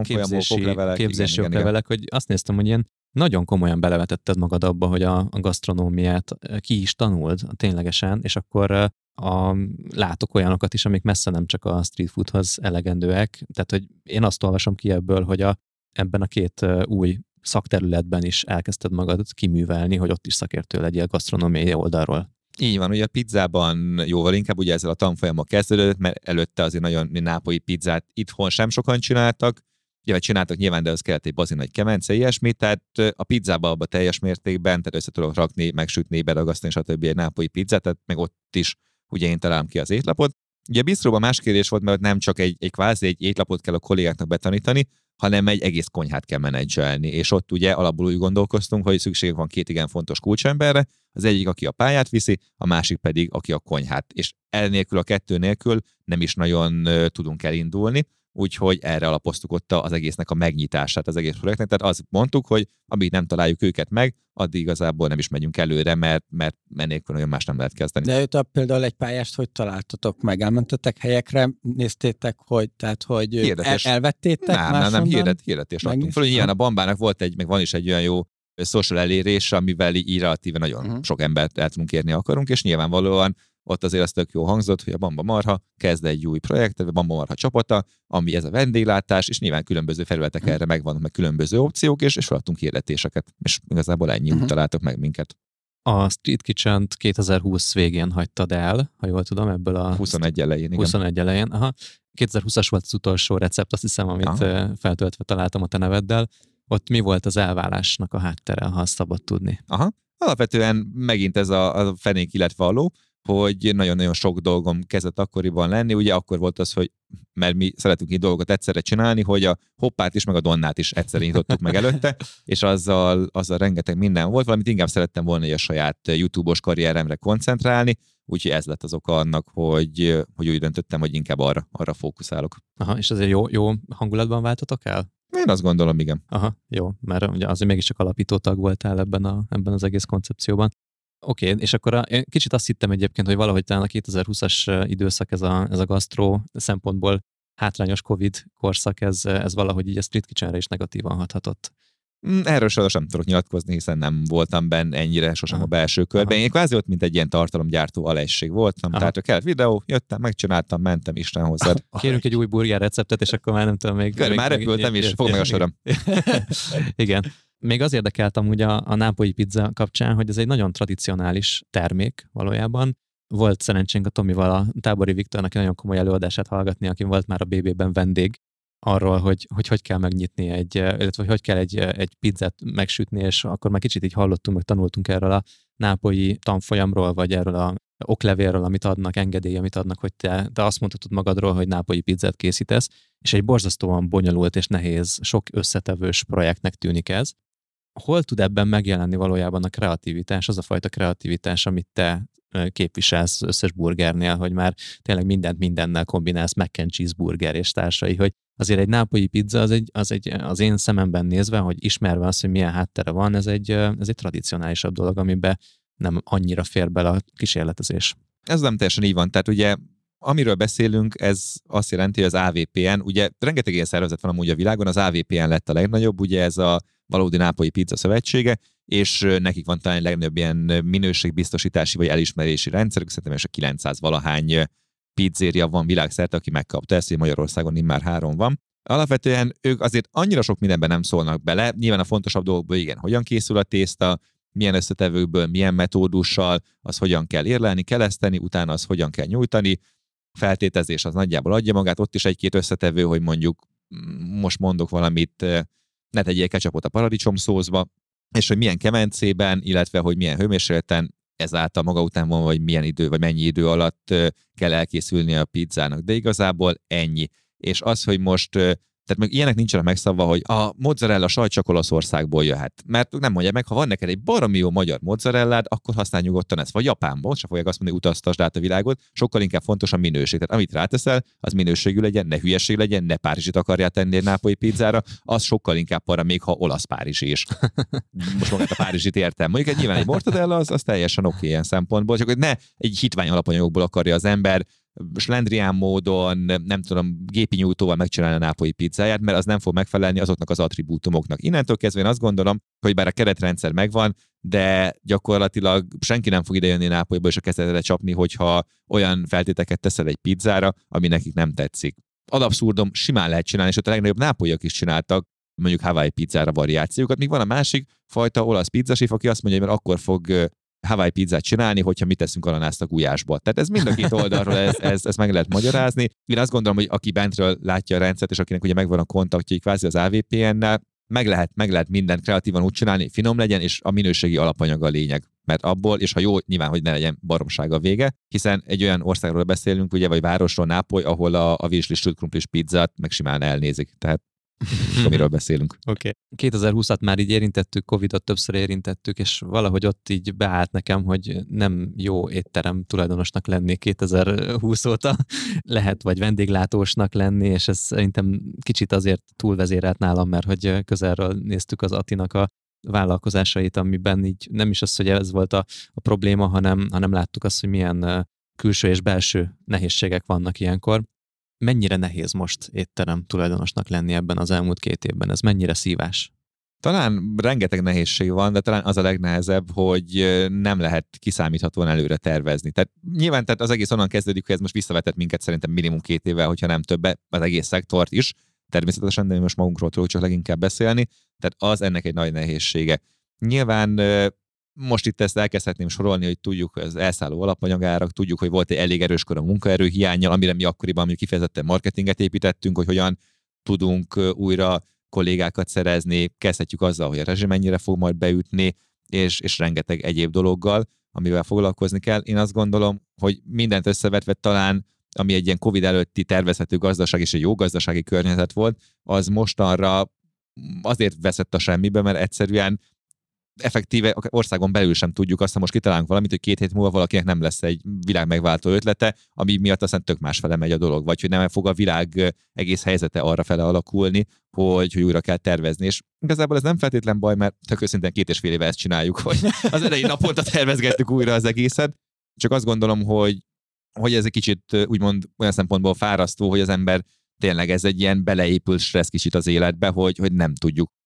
képzési oklevelek, hogy azt néztem, hogy ilyen nagyon komolyan belevetetted magad abba, hogy a gasztronómiát ki is tanuld ténylegesen, és akkor látok olyanokat is, amik messze nem csak a street foodhoz elegendőek. Tehát, hogy én azt olvasom ki ebből, hogy ebben a két új szakterületben is elkezdted magad kiművelni, hogy ott is szakértő legyél gasztronómiai oldalról. Így van, ugye a pizzában jóval inkább ugye ezzel a tanfolyammal kezdődött, mert előtte azért nagyon nápolyi pizzát itthon sem sokan csináltak, ugye csináltak nyilván, de az kellett egy bazin nagy kemence, ilyesmi, tehát a pizzába abba teljes mértékben, tehát össze tudok rakni, megsütni, beragasztani, stb. Egy nápolyi pizzát, tehát meg ott is ugye én találom ki az étlapot. Ugye a bistróban más kérdés volt, mert nem csak egy kvázi egy étlapot kell a kollégáknak betanítani, hanem egy egész konyhát kell menedzselni. És ott ugye alapból úgy gondolkoztunk, hogy szükségünk van 2 igen fontos kulcsemberre, az egyik, aki a pályát viszi, a másik pedig, aki a konyhát. És elnélkül, a 2 nélkül nem is nagyon tudunk elindulni, úgyhogy erre alapoztuk ott az egésznek a megnyitását, az egész projektnek. Tehát azt mondtuk, hogy amíg nem találjuk őket meg, addig igazából nem is megyünk előre, mert ennélkül nagyon más nem lehet kezdeni. De őt például egy pályást hogy találtatok meg? Elmentetek helyekre, néztétek, hogy elvettétek máshonnan? Nem, hirdetést adtunk fel. Ilyen a Bambának volt meg van is egy olyan jó social elérés, amivel így relatíve nagyon sok embert el tudunk érni akarunk, és nyilvánvalóan ott azért az tök jó hangzott, hogy a Bamba Marha kezd egy új projektet, a Bamba Marha csapata, ami ez a vendéglátás, és nyilván különböző felületek erre megvannak, meg különböző opciók, és feladtunk hirdetéseket, és igazából ennyi úgy találtak meg minket. A Street Kitchen-t 2020 végén hagytad el, ha jól tudom, ebből a... 21 elején, igen. 21 elején, aha. 2020-as volt az utolsó recept, azt hiszem, amit feltöltve találtam a te neveddel. Ott mi volt az elválásnak a háttere, ha azt szabad tudni? Aha. Alapvetően megint ez a fenék, illetve való, hogy nagyon-nagyon sok dolgom kezdett akkoriban lenni. Ugye akkor volt az, hogy mert mi szeretünk így dolgokat egyszerre csinálni, hogy a Hoppát is, meg a Donnát is egyszerre nyitottuk meg előtte, és azzal rengeteg minden volt, valamit inkább szerettem volna a saját YouTube-os karrieremre koncentrálni, úgyhogy ez lett az oka annak, hogy úgy döntöttem, hogy inkább arra fókuszálok. Aha, és azért jó hangulatban váltatok el? Én azt gondolom, igen. Aha, jó, mert ugye azért mégiscsak alapító tag voltál ebben az egész koncepcióban. Oké, és akkor én kicsit azt hittem egyébként, hogy valahogy talán a 2020-as időszak ez a gasztró szempontból hátrányos Covid korszak, ez valahogy így a Street Kitchenre is negatívan hathatott. Erről sajnos nem tudok nyilatkozni, hiszen nem voltam benne ennyire sosem a belső körben. Én kvázi ott, mint egy ilyen tartalomgyártó alesség voltam. Aha. Tehát, ha kellett videó, jöttem, megcsináltam, mentem Isten hozzád. Kérünk egy új burger receptet, és akkor már nem tudom még. Már repültem, és fog meg a sorom. Igen. Még az érdekelt amúgy a nápolyi pizza kapcsán, hogy ez egy nagyon tradicionális termék valójában. Volt szerencsénk a Tomival, a Tábori Viktornak egy nagyon komoly előadását hallgatni, aki volt már a BB-ben vendég, arról, hogy kell megnyitni illetve hogy kell egy pizzát megsütni, és akkor már kicsit így hallottunk, meg tanultunk erről a nápolyi tanfolyamról, vagy erről a oklevélről, amit adnak, engedély, amit adnak, hogy te azt mondhatod magadról, hogy nápolyi pizzát készítesz, és egy borzasztóan bonyolult és nehéz, sok összetevős projektnek tűnik ez. Hol tud ebben megjelenni valójában a kreativitás, az a fajta kreativitás, amit te képviselsz az összes burgernél, hogy már tényleg mindent mindennel kombinálsz, mac and cheese burger és társai, hogy azért egy nápolyi pizza az én szememben nézve, hogy ismerve azt, hogy milyen háttere van, ez egy tradicionálisabb dolog, amiben nem annyira fér bele a kísérletezés. Ez nem teljesen így van. Tehát ugye, amiről beszélünk, ez azt jelenti, hogy az AVPN, ugye rengeteg ilyen szervezet van amúgy a világon, az AVPN lett a legnagyobb, ugye ez a Valódi Nápolyi Pizza Szövetsége, és nekik van talán a legnagyobb ilyen minőségbiztosítási vagy elismerési rendszerük, szerintem és a 900 valahány pizzéria van világszerte, aki megkapta ezt, hogy Magyarországon immár 3 van. Alapvetően ők azért annyira sok mindenben nem szólnak bele, nyilván a fontosabb dolgokból igen, hogyan készül a tészta, milyen összetevőkből, milyen metódussal, az hogyan kell érlelni, keleszteni, utána az hogyan kell nyújtani, feltételezés az nagyjából adja magát, ott is egy-két összetevő, hogy mondjuk most mondok valamit, ne tegyél ketchupot a paradicsom szószba, és hogy milyen kemencében, illetve hogy milyen hőmérsékleten ezáltal maga után van, vagy milyen idő, vagy mennyi idő alatt kell elkészülni a pizzának. De igazából ennyi. És az, hogy most, tehát még ilyenek nincsenek megszabva, hogy a mozzarella sajt csak Olaszországból jöhet. Mert nem mondja meg, ha van neked egy baromi jó magyar mozzarellád, akkor használj nyugodtan ezt. Vagy Japánból, csak fogják azt mondani, utaztasd át a világot, sokkal inkább fontos a minőség. Tehát amit ráteszel, az minőségű legyen, ne hülyeség legyen, ne párizsit akarjál tenni egy nápolyi pizzára, az sokkal inkább para, még ha olasz párizsi is. Most magát a párizsit értem. Mondjuk nyilván egy mortadella az teljesen oké ilyen szempontból, csak hogy ne egy hitvány alapanyagokból akarja az ember slendrián módon, nem tudom, gépi nyújtóval megcsinálni a nápolyi pizzáját, mert az nem fog megfelelni azoknak az attribútumoknak. Innentől kezdve én azt gondolom, hogy bár a keretrendszer megvan, de gyakorlatilag senki nem fog idejönni Nápolyba és a kezdetre csapni, hogyha olyan feltéteket teszel egy pizzára, ami nekik nem tetszik. Ad abszurdum, simán lehet csinálni, és ott a legnagyobb nápolyiak is csináltak mondjuk Hawaii pizzára variációkat, míg van a másik fajta olasz pizzasif, aki azt mondja, hogy mert akkor fog Hawaii pizzát csinálni, hogyha mi teszünk ananászt a gulyásba. Tehát ez mind a két oldalról ezt meg lehet magyarázni. Én azt gondolom, hogy aki bentről látja a rendszert, és akinek ugye megvan a kontaktjai kvázi az AVPN-nel, meg lehet mindent kreatívan úgy csinálni, finom legyen, és a minőségi alapanyag a lényeg. Mert abból, és ha jó, nyilván, hogy ne legyen baromság a vége, hiszen egy olyan országról beszélünk, ugye, vagy városról, Nápoly, ahol a virsli sült krumplis pizzát meg simán elnézik. Tehát amiről beszélünk. Oké. 2020-at már így érintettük, Covid-ot többször érintettük, és valahogy ott így beállt nekem, hogy nem jó étterem tulajdonosnak lenni 2020 óta. Lehet, vagy vendéglátósnak lenni, és ez szerintem kicsit azért túlvezérelt nálam, mert hogy közelről néztük az Attinak a vállalkozásait, amiben így nem is az, hogy ez volt a probléma, hanem láttuk azt, hogy milyen külső és belső nehézségek vannak ilyenkor. Mennyire nehéz most étterem tulajdonosnak lenni ebben az elmúlt 2 évben? Ez mennyire szívás? Talán rengeteg nehézség van, de talán az a legnehezebb, hogy nem lehet kiszámíthatóan előre tervezni. Tehát nyilván az egész onnan kezdődik, hogy ez most visszavetett minket szerintem minimum 2 évvel, hogyha nem többe, az egész szektort is. Természetesen, de most magunkról tudjuk csak leginkább beszélni. Tehát az ennek egy nagy nehézsége. Nyilván most itt ezt elkezdhetném sorolni, hogy tudjuk, hogy az elszálló alapanyagárak, tudjuk, hogy volt egy elég erős kör a munkaerő hiánnyal, amire mi akkoriban kifejezetten marketinget építettünk, hogy hogyan tudunk újra kollégákat szerezni, kezdhetjük azzal, hogy a rezsim mennyire fog majd beütni, és rengeteg egyéb dologgal, amivel foglalkozni kell. Én azt gondolom, hogy mindent összevetve talán, ami egy ilyen Covid előtti tervezhető gazdaság és egy jó gazdasági környezet volt, az mostanra azért veszett a semmibe, mert egyszerűen effektíve országon belül sem tudjuk, aztán most kitalálunk valamit, hogy 2 hét múlva valakinek nem lesz egy világ megváltó ötlete, ami miatt aztán tök másfele megy a dolog, vagy hogy nem fog a világ egész helyzete arra fele alakulni, hogy újra kell tervezni. És igazából ez nem feltétlen baj, mert tök őszintén 2,5 éve ezt csináljuk, hogy az elején naponta tervezgettük újra az egészet. Csak azt gondolom, hogy ez egy kicsit úgymond olyan szempontból fárasztó, hogy az ember tényleg ez egy ilyen beleépült stressz kicsit az életbe, hogy nem tudjuk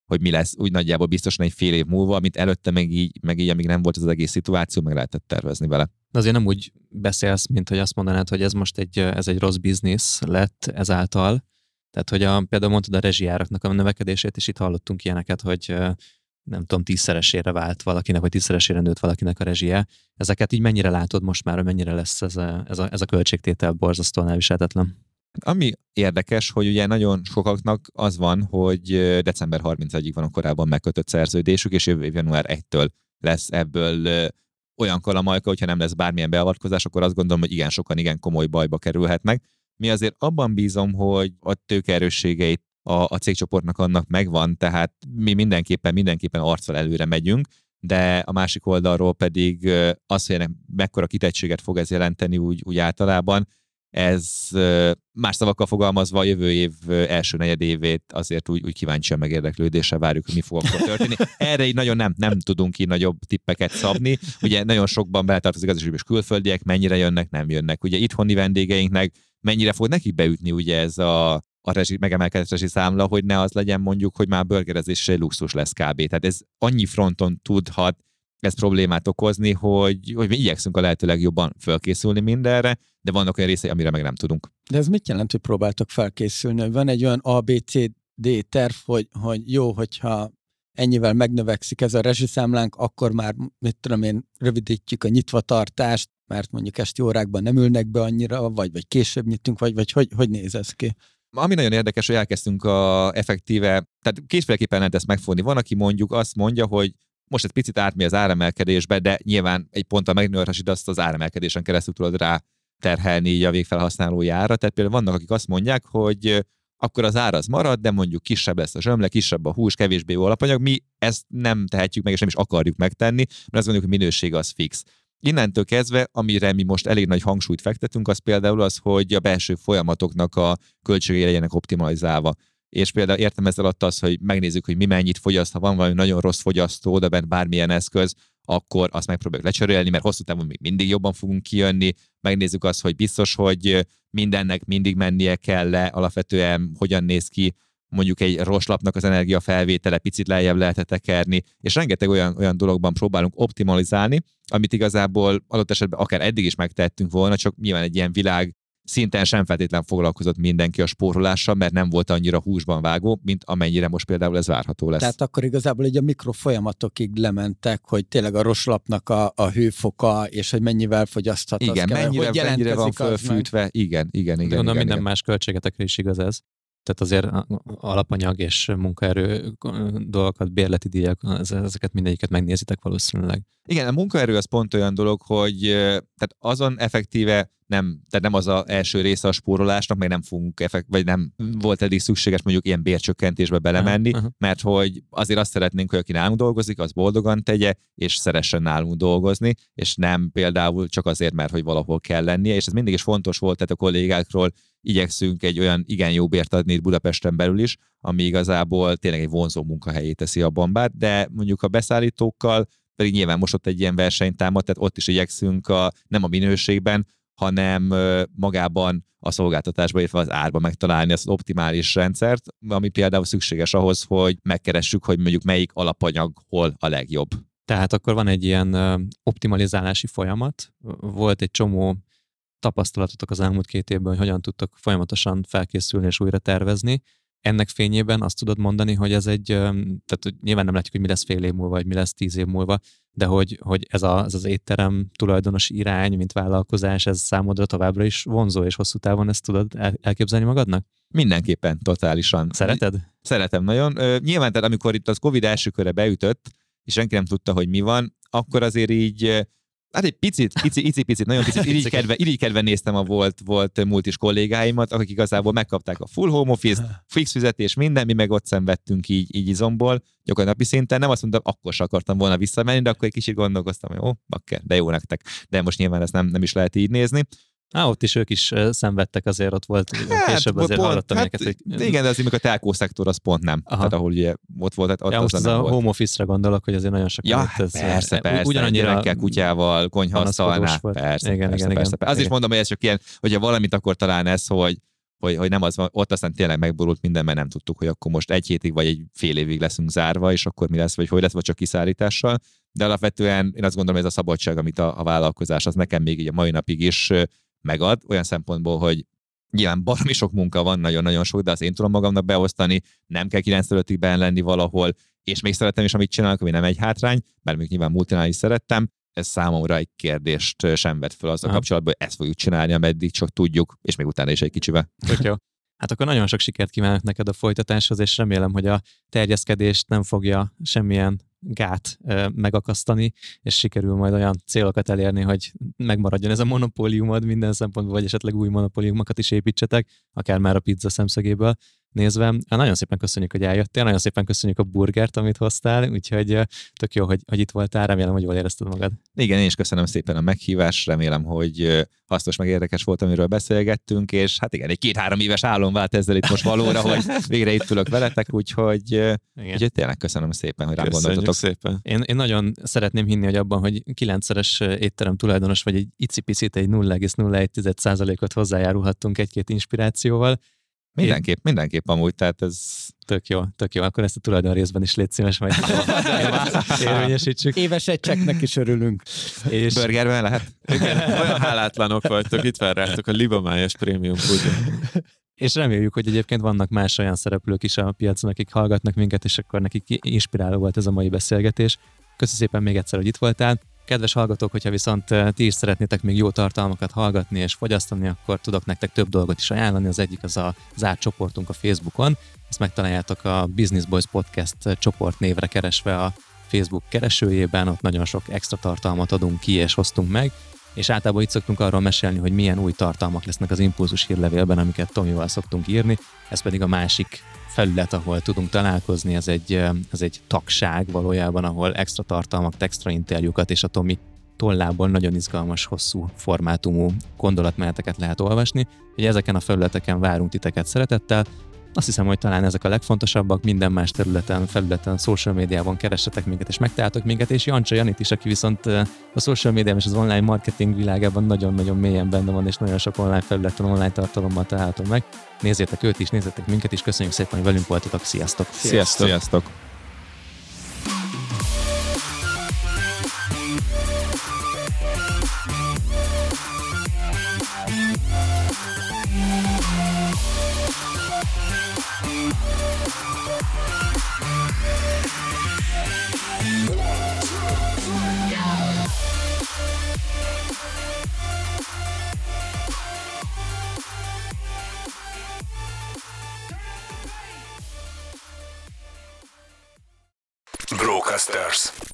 hogy mi lesz úgy nagyjából biztosan egy fél év múlva, amit előtte meg így amíg nem volt az egész szituáció, meg lehetett tervezni vele. De azért nem úgy beszélsz, mint hogy azt mondanád, hogy ez most egy rossz biznisz lett ezáltal. Tehát, hogy például mondtad a rezsijáraknak a növekedését, és itt hallottunk ilyeneket, hogy nem tudom, 10-szeresére vált valakinek, vagy 10-szeresére nőtt valakinek a rezsie. Ezeket így mennyire látod most már, hogy mennyire lesz ez a költségtétel borzasztóan elviselhetetlen? Ami érdekes, hogy ugye nagyon sokaknak az van, hogy december 31-ig van a korábban megkötött szerződésük, és jövő év január 1-től lesz ebből olyan kalamajka, hogyha nem lesz bármilyen beavatkozás, akkor azt gondolom, hogy igen, sokan igen komoly bajba kerülhetnek. Mi azért abban bízom, hogy a tőkeerősségeit a cégcsoportnak annak megvan, tehát mi mindenképpen arccal előre megyünk, de a másik oldalról pedig az, hogy ennek mekkora kitettséget fog ez jelenteni úgy általában, ez más szavakkal fogalmazva a jövő év első negyedévét azért úgy kíváncsian megérdeklődéssel várjuk, hogy mi fog akkor történni. Erre így nagyon nem tudunk így nagyobb tippeket szabni. Ugye nagyon sokban beletartozik az is, külföldiek mennyire jönnek, nem jönnek. Ugye itthoni vendégeinknek mennyire fog nekik beütni ugye ez a megemelkedett rezsiszámla, hogy ne az legyen mondjuk, hogy már burgerezés egy luxus lesz kb. Tehát ez annyi fronton tudhat ez problémát okozni, hogy mi igyekszünk a lehető legjobban felkészülni mindenre, de vannak olyan részei, amire meg nem tudunk. De ez mit jelent, hogy próbáltok felkészülni? Van egy olyan ABCD terv, hogy jó, hogyha ennyivel megnövekszik ez a rezsiszámlánk, akkor már, mit tudom én, rövidítjük a nyitvatartást, mert mondjuk esti órákban nem ülnek be annyira, vagy később nyitunk, vagy hogy néz ez ki? Ami nagyon érdekes, hogy elkezdtünk effektíve, tehát kétféleképpen lehet ezt megfogni. Van, aki mondjuk azt mondja, hogy most egy picit átmegy az áremelkedésbe, de nyilván egy ponttal megnőrhesít, azt az áremelkedésen keresztül tudod rá terhelni így a végfelhasználójára. Tehát például vannak, akik azt mondják, hogy akkor az ár az marad, de mondjuk kisebb lesz a zsömle, kisebb a hús, kevésbé jó alapanyag. Mi ezt nem tehetjük meg, és nem is akarjuk megtenni, mert azt gondoljuk, hogy minőség az fix. Innentől kezdve, amire mi most elég nagy hangsúlyt fektetünk, az például az, hogy a belső folyamatoknak a költségei legyenek optimalizálva. És például értem ezzel alatt az, hogy megnézzük, hogy mi mennyit fogyaszt, ha van valami nagyon rossz fogyasztó, de bent bármilyen eszköz, akkor azt megpróbáljuk lecserélni, mert hosszú távon még mindig jobban fogunk kijönni. Megnézzük azt, hogy biztos, hogy mindennek mindig mennie kell le, alapvetően hogyan néz ki mondjuk egy roslapnak az energiafelvétele, picit lejjebb lehet tekerni, és rengeteg olyan dologban próbálunk optimalizálni, amit igazából adott esetben akár eddig is megtettünk volna, csak nyilván egy ilyen világ szinten sem feltétlen foglalkozott mindenki a spórolással, mert nem volt annyira húsban vágó, mint amennyire most például ez várható lesz. Tehát akkor igazából így a mikrofolyamatokig lementek, hogy tényleg a roslapnak a hőfoka, és hogy mennyivel fogyaszthat. Igen, mennyire van fölfűtve. Igen. Gondolom, minden más költségetekre is igaz ez. Tehát azért alapanyag és munkaerő dolgokat, bérleti díjak, ezeket mindegyiket megnézitek valószínűleg. Igen, a munkaerő az pont olyan dolog, hogy tehát azon effektíve nem az az első része a spórolásnak, meg nem fogunk vagy nem volt eddig szükséges mondjuk ilyen bércsökkentésbe belemenni, mert hogy azért azt szeretnénk, hogy aki nálunk dolgozik, az boldogan tegye, és szeressen nálunk dolgozni, és nem például csak azért, mert hogy valahol kell lennie, és ez mindig is fontos volt, tehát a kollégákról igyekszünk egy olyan igen jó bért adni itt Budapesten belül is, ami igazából tényleg egy vonzó munkahelyét teszi a Bambát, de mondjuk a beszállítókkal pedig nyilván most ott egy ilyen versenytámad, tehát ott is igyekszünk nem a minőségben, hanem magában a szolgáltatásban, illetve az árban megtalálni az optimális rendszert, ami például szükséges ahhoz, hogy megkeressük, hogy mondjuk melyik alapanyag hol a legjobb. Tehát akkor van egy ilyen optimalizálási folyamat. Volt egy csomó tapasztalatotok az elmúlt 2 évben, hogy hogyan tudtok folyamatosan felkészülni és újra tervezni. Ennek fényében azt tudod mondani, hogy ez tehát nyilván nem látjuk, hogy mi lesz fél év múlva, vagy mi lesz 10 év múlva, de hogy ez az étterem tulajdonosi irány, mint vállalkozás, ez számodra továbbra is vonzó, és hosszú távon ezt tudod elképzelni magadnak? Mindenképpen, totálisan. Szereted? Szeretem nagyon. Nyilván, tehát amikor itt az Covid első köre beütött, és senki nem tudta, hogy mi van, akkor azért így hát egy picit, nagyon picit irigykedve néztem a volt multis kollégáimat, akik igazából megkapták a full home office, fix fizetés, minden, mi meg ott szenvedtünk így izomból, gyakorlatilag napi szinten. Nem azt mondtam, akkor sem akartam volna visszamenni, de akkor egy kicsit gondolkoztam, hogy bakker, de jó nektek. De most nyilván ezt nem is lehet így nézni. Ott is ők is szenvedtek, azért ott volt később azért hallottam őket, hogy... Igen, de azért a telkó szektor az pont nem. Tehát ahol ugye ott volt, ott most az a home office-ra gondolok, hogy azért nagyon sokan persze, ugyanannyira kutyával, konyhaasztalnál, persze. Az is mondom, hogy ez csak ilyen, hogyha valamit akkor talán ez, hogy hogy nem az van, ott aztán tényleg megborult minden, mert nem tudtuk, hogy akkor most egy hétig vagy egy fél évig leszünk zárva, és akkor mi lesz, vagy hogy lesz, vagy csak kiszállítással. De alapvetően én azt gondolom, ez a szabadság, amit a vállalkozás az nekem még így a mai napig is megad, olyan szempontból, hogy nyilván baromi sok munka van, nagyon-nagyon sok, de azt én tudom magamnak beosztani, nem kell 9-5-ig benn lenni valahol, és még szeretem is, amit csinálok, ami nem egy hátrány, mert még nyilván multinál is szerettem, ez számomra egy kérdést sem vett fel azzal kapcsolatban, hogy ezt fogjuk csinálni, ameddig csak tudjuk, és még utána is egy kicsivel. Tök jó. Hát akkor nagyon sok sikert kívánok neked a folytatáshoz, és remélem, hogy a terjeszkedést nem fogja semmilyen gát megakasztani, és sikerül majd olyan célokat elérni, hogy megmaradjon ez a monopóliumod minden szempontból, vagy esetleg új monopóliumokat is építsetek, akár már a pizza szemszögéből nézve. Nagyon szépen köszönjük, hogy eljöttél, nagyon szépen köszönjük a burgert, amit hoztál, úgyhogy tök jó, hogy itt voltál, remélem, hogy jól érezted magad. Igen, én is köszönöm szépen a meghívást, remélem, hogy hasznos meg érdekes volt, amiről beszélgettünk, és hát igen, egy 2-3 éves álom vált ezzel itt most valóra, hogy végre itt ülök veletek, úgyhogy tényleg köszönöm szépen, hogy rám gondoltatok. Szépen. Én nagyon szeretném hinni, hogy abban, hogy 9-szeres étterem tulajdonos, vagy egy icipicit, egy 0,01%-ot hozzájárulhattunk egy-két inspirációval. Mindenképp amúgy, tehát ez... Tök jó. Akkor ezt a tulajdon részben is légy szíves, majd érvényesítsük. Éves egy csekknek is örülünk. És burgerben lehet? Igen, olyan hálátlanok vagytok, itt várjátok a libamájas prémium puding. És reméljük, hogy egyébként vannak más olyan szereplők is a piacon, akik hallgatnak minket, és akkor nekik inspiráló volt ez a mai beszélgetés. Köszönöm szépen még egyszer, hogy itt voltál. Kedves hallgatók, hogyha viszont ti is szeretnétek még jó tartalmakat hallgatni és fogyasztani, akkor tudok nektek több dolgot is ajánlani. Az egyik az a zárt csoportunk a Facebookon. Ezt megtaláljátok a Business Boys Podcast csoport névre keresve a Facebook keresőjében. Ott nagyon sok extra tartalmat adunk ki és hoztunk meg. És általában itt szoktunk arról mesélni, hogy milyen új tartalmak lesznek az Impulzus hírlevélben, amiket Tomival szoktunk írni. Ez pedig a másik felület, ahol tudunk találkozni, ez egy tagság valójában, ahol extra tartalmak, extra interjúkat és a Tomi tollából nagyon izgalmas, hosszú formátumú gondolatmeneteket lehet olvasni. Ugye ezeken a felületeken várunk titeket szeretettel. Azt hiszem, hogy talán ezek a legfontosabbak, minden más felületen, social médiában keressetek minket és megtaláltok minket, és Jancsa Janit is, aki viszont a social médiában és az online marketing világában nagyon-nagyon mélyen benne van, és nagyon sok online felületen, online tartalommal található meg. Nézzétek őt is, nézzétek minket is, köszönjük szépen, hogy velünk voltatok, sziasztok! Sziasztok! Brocasters.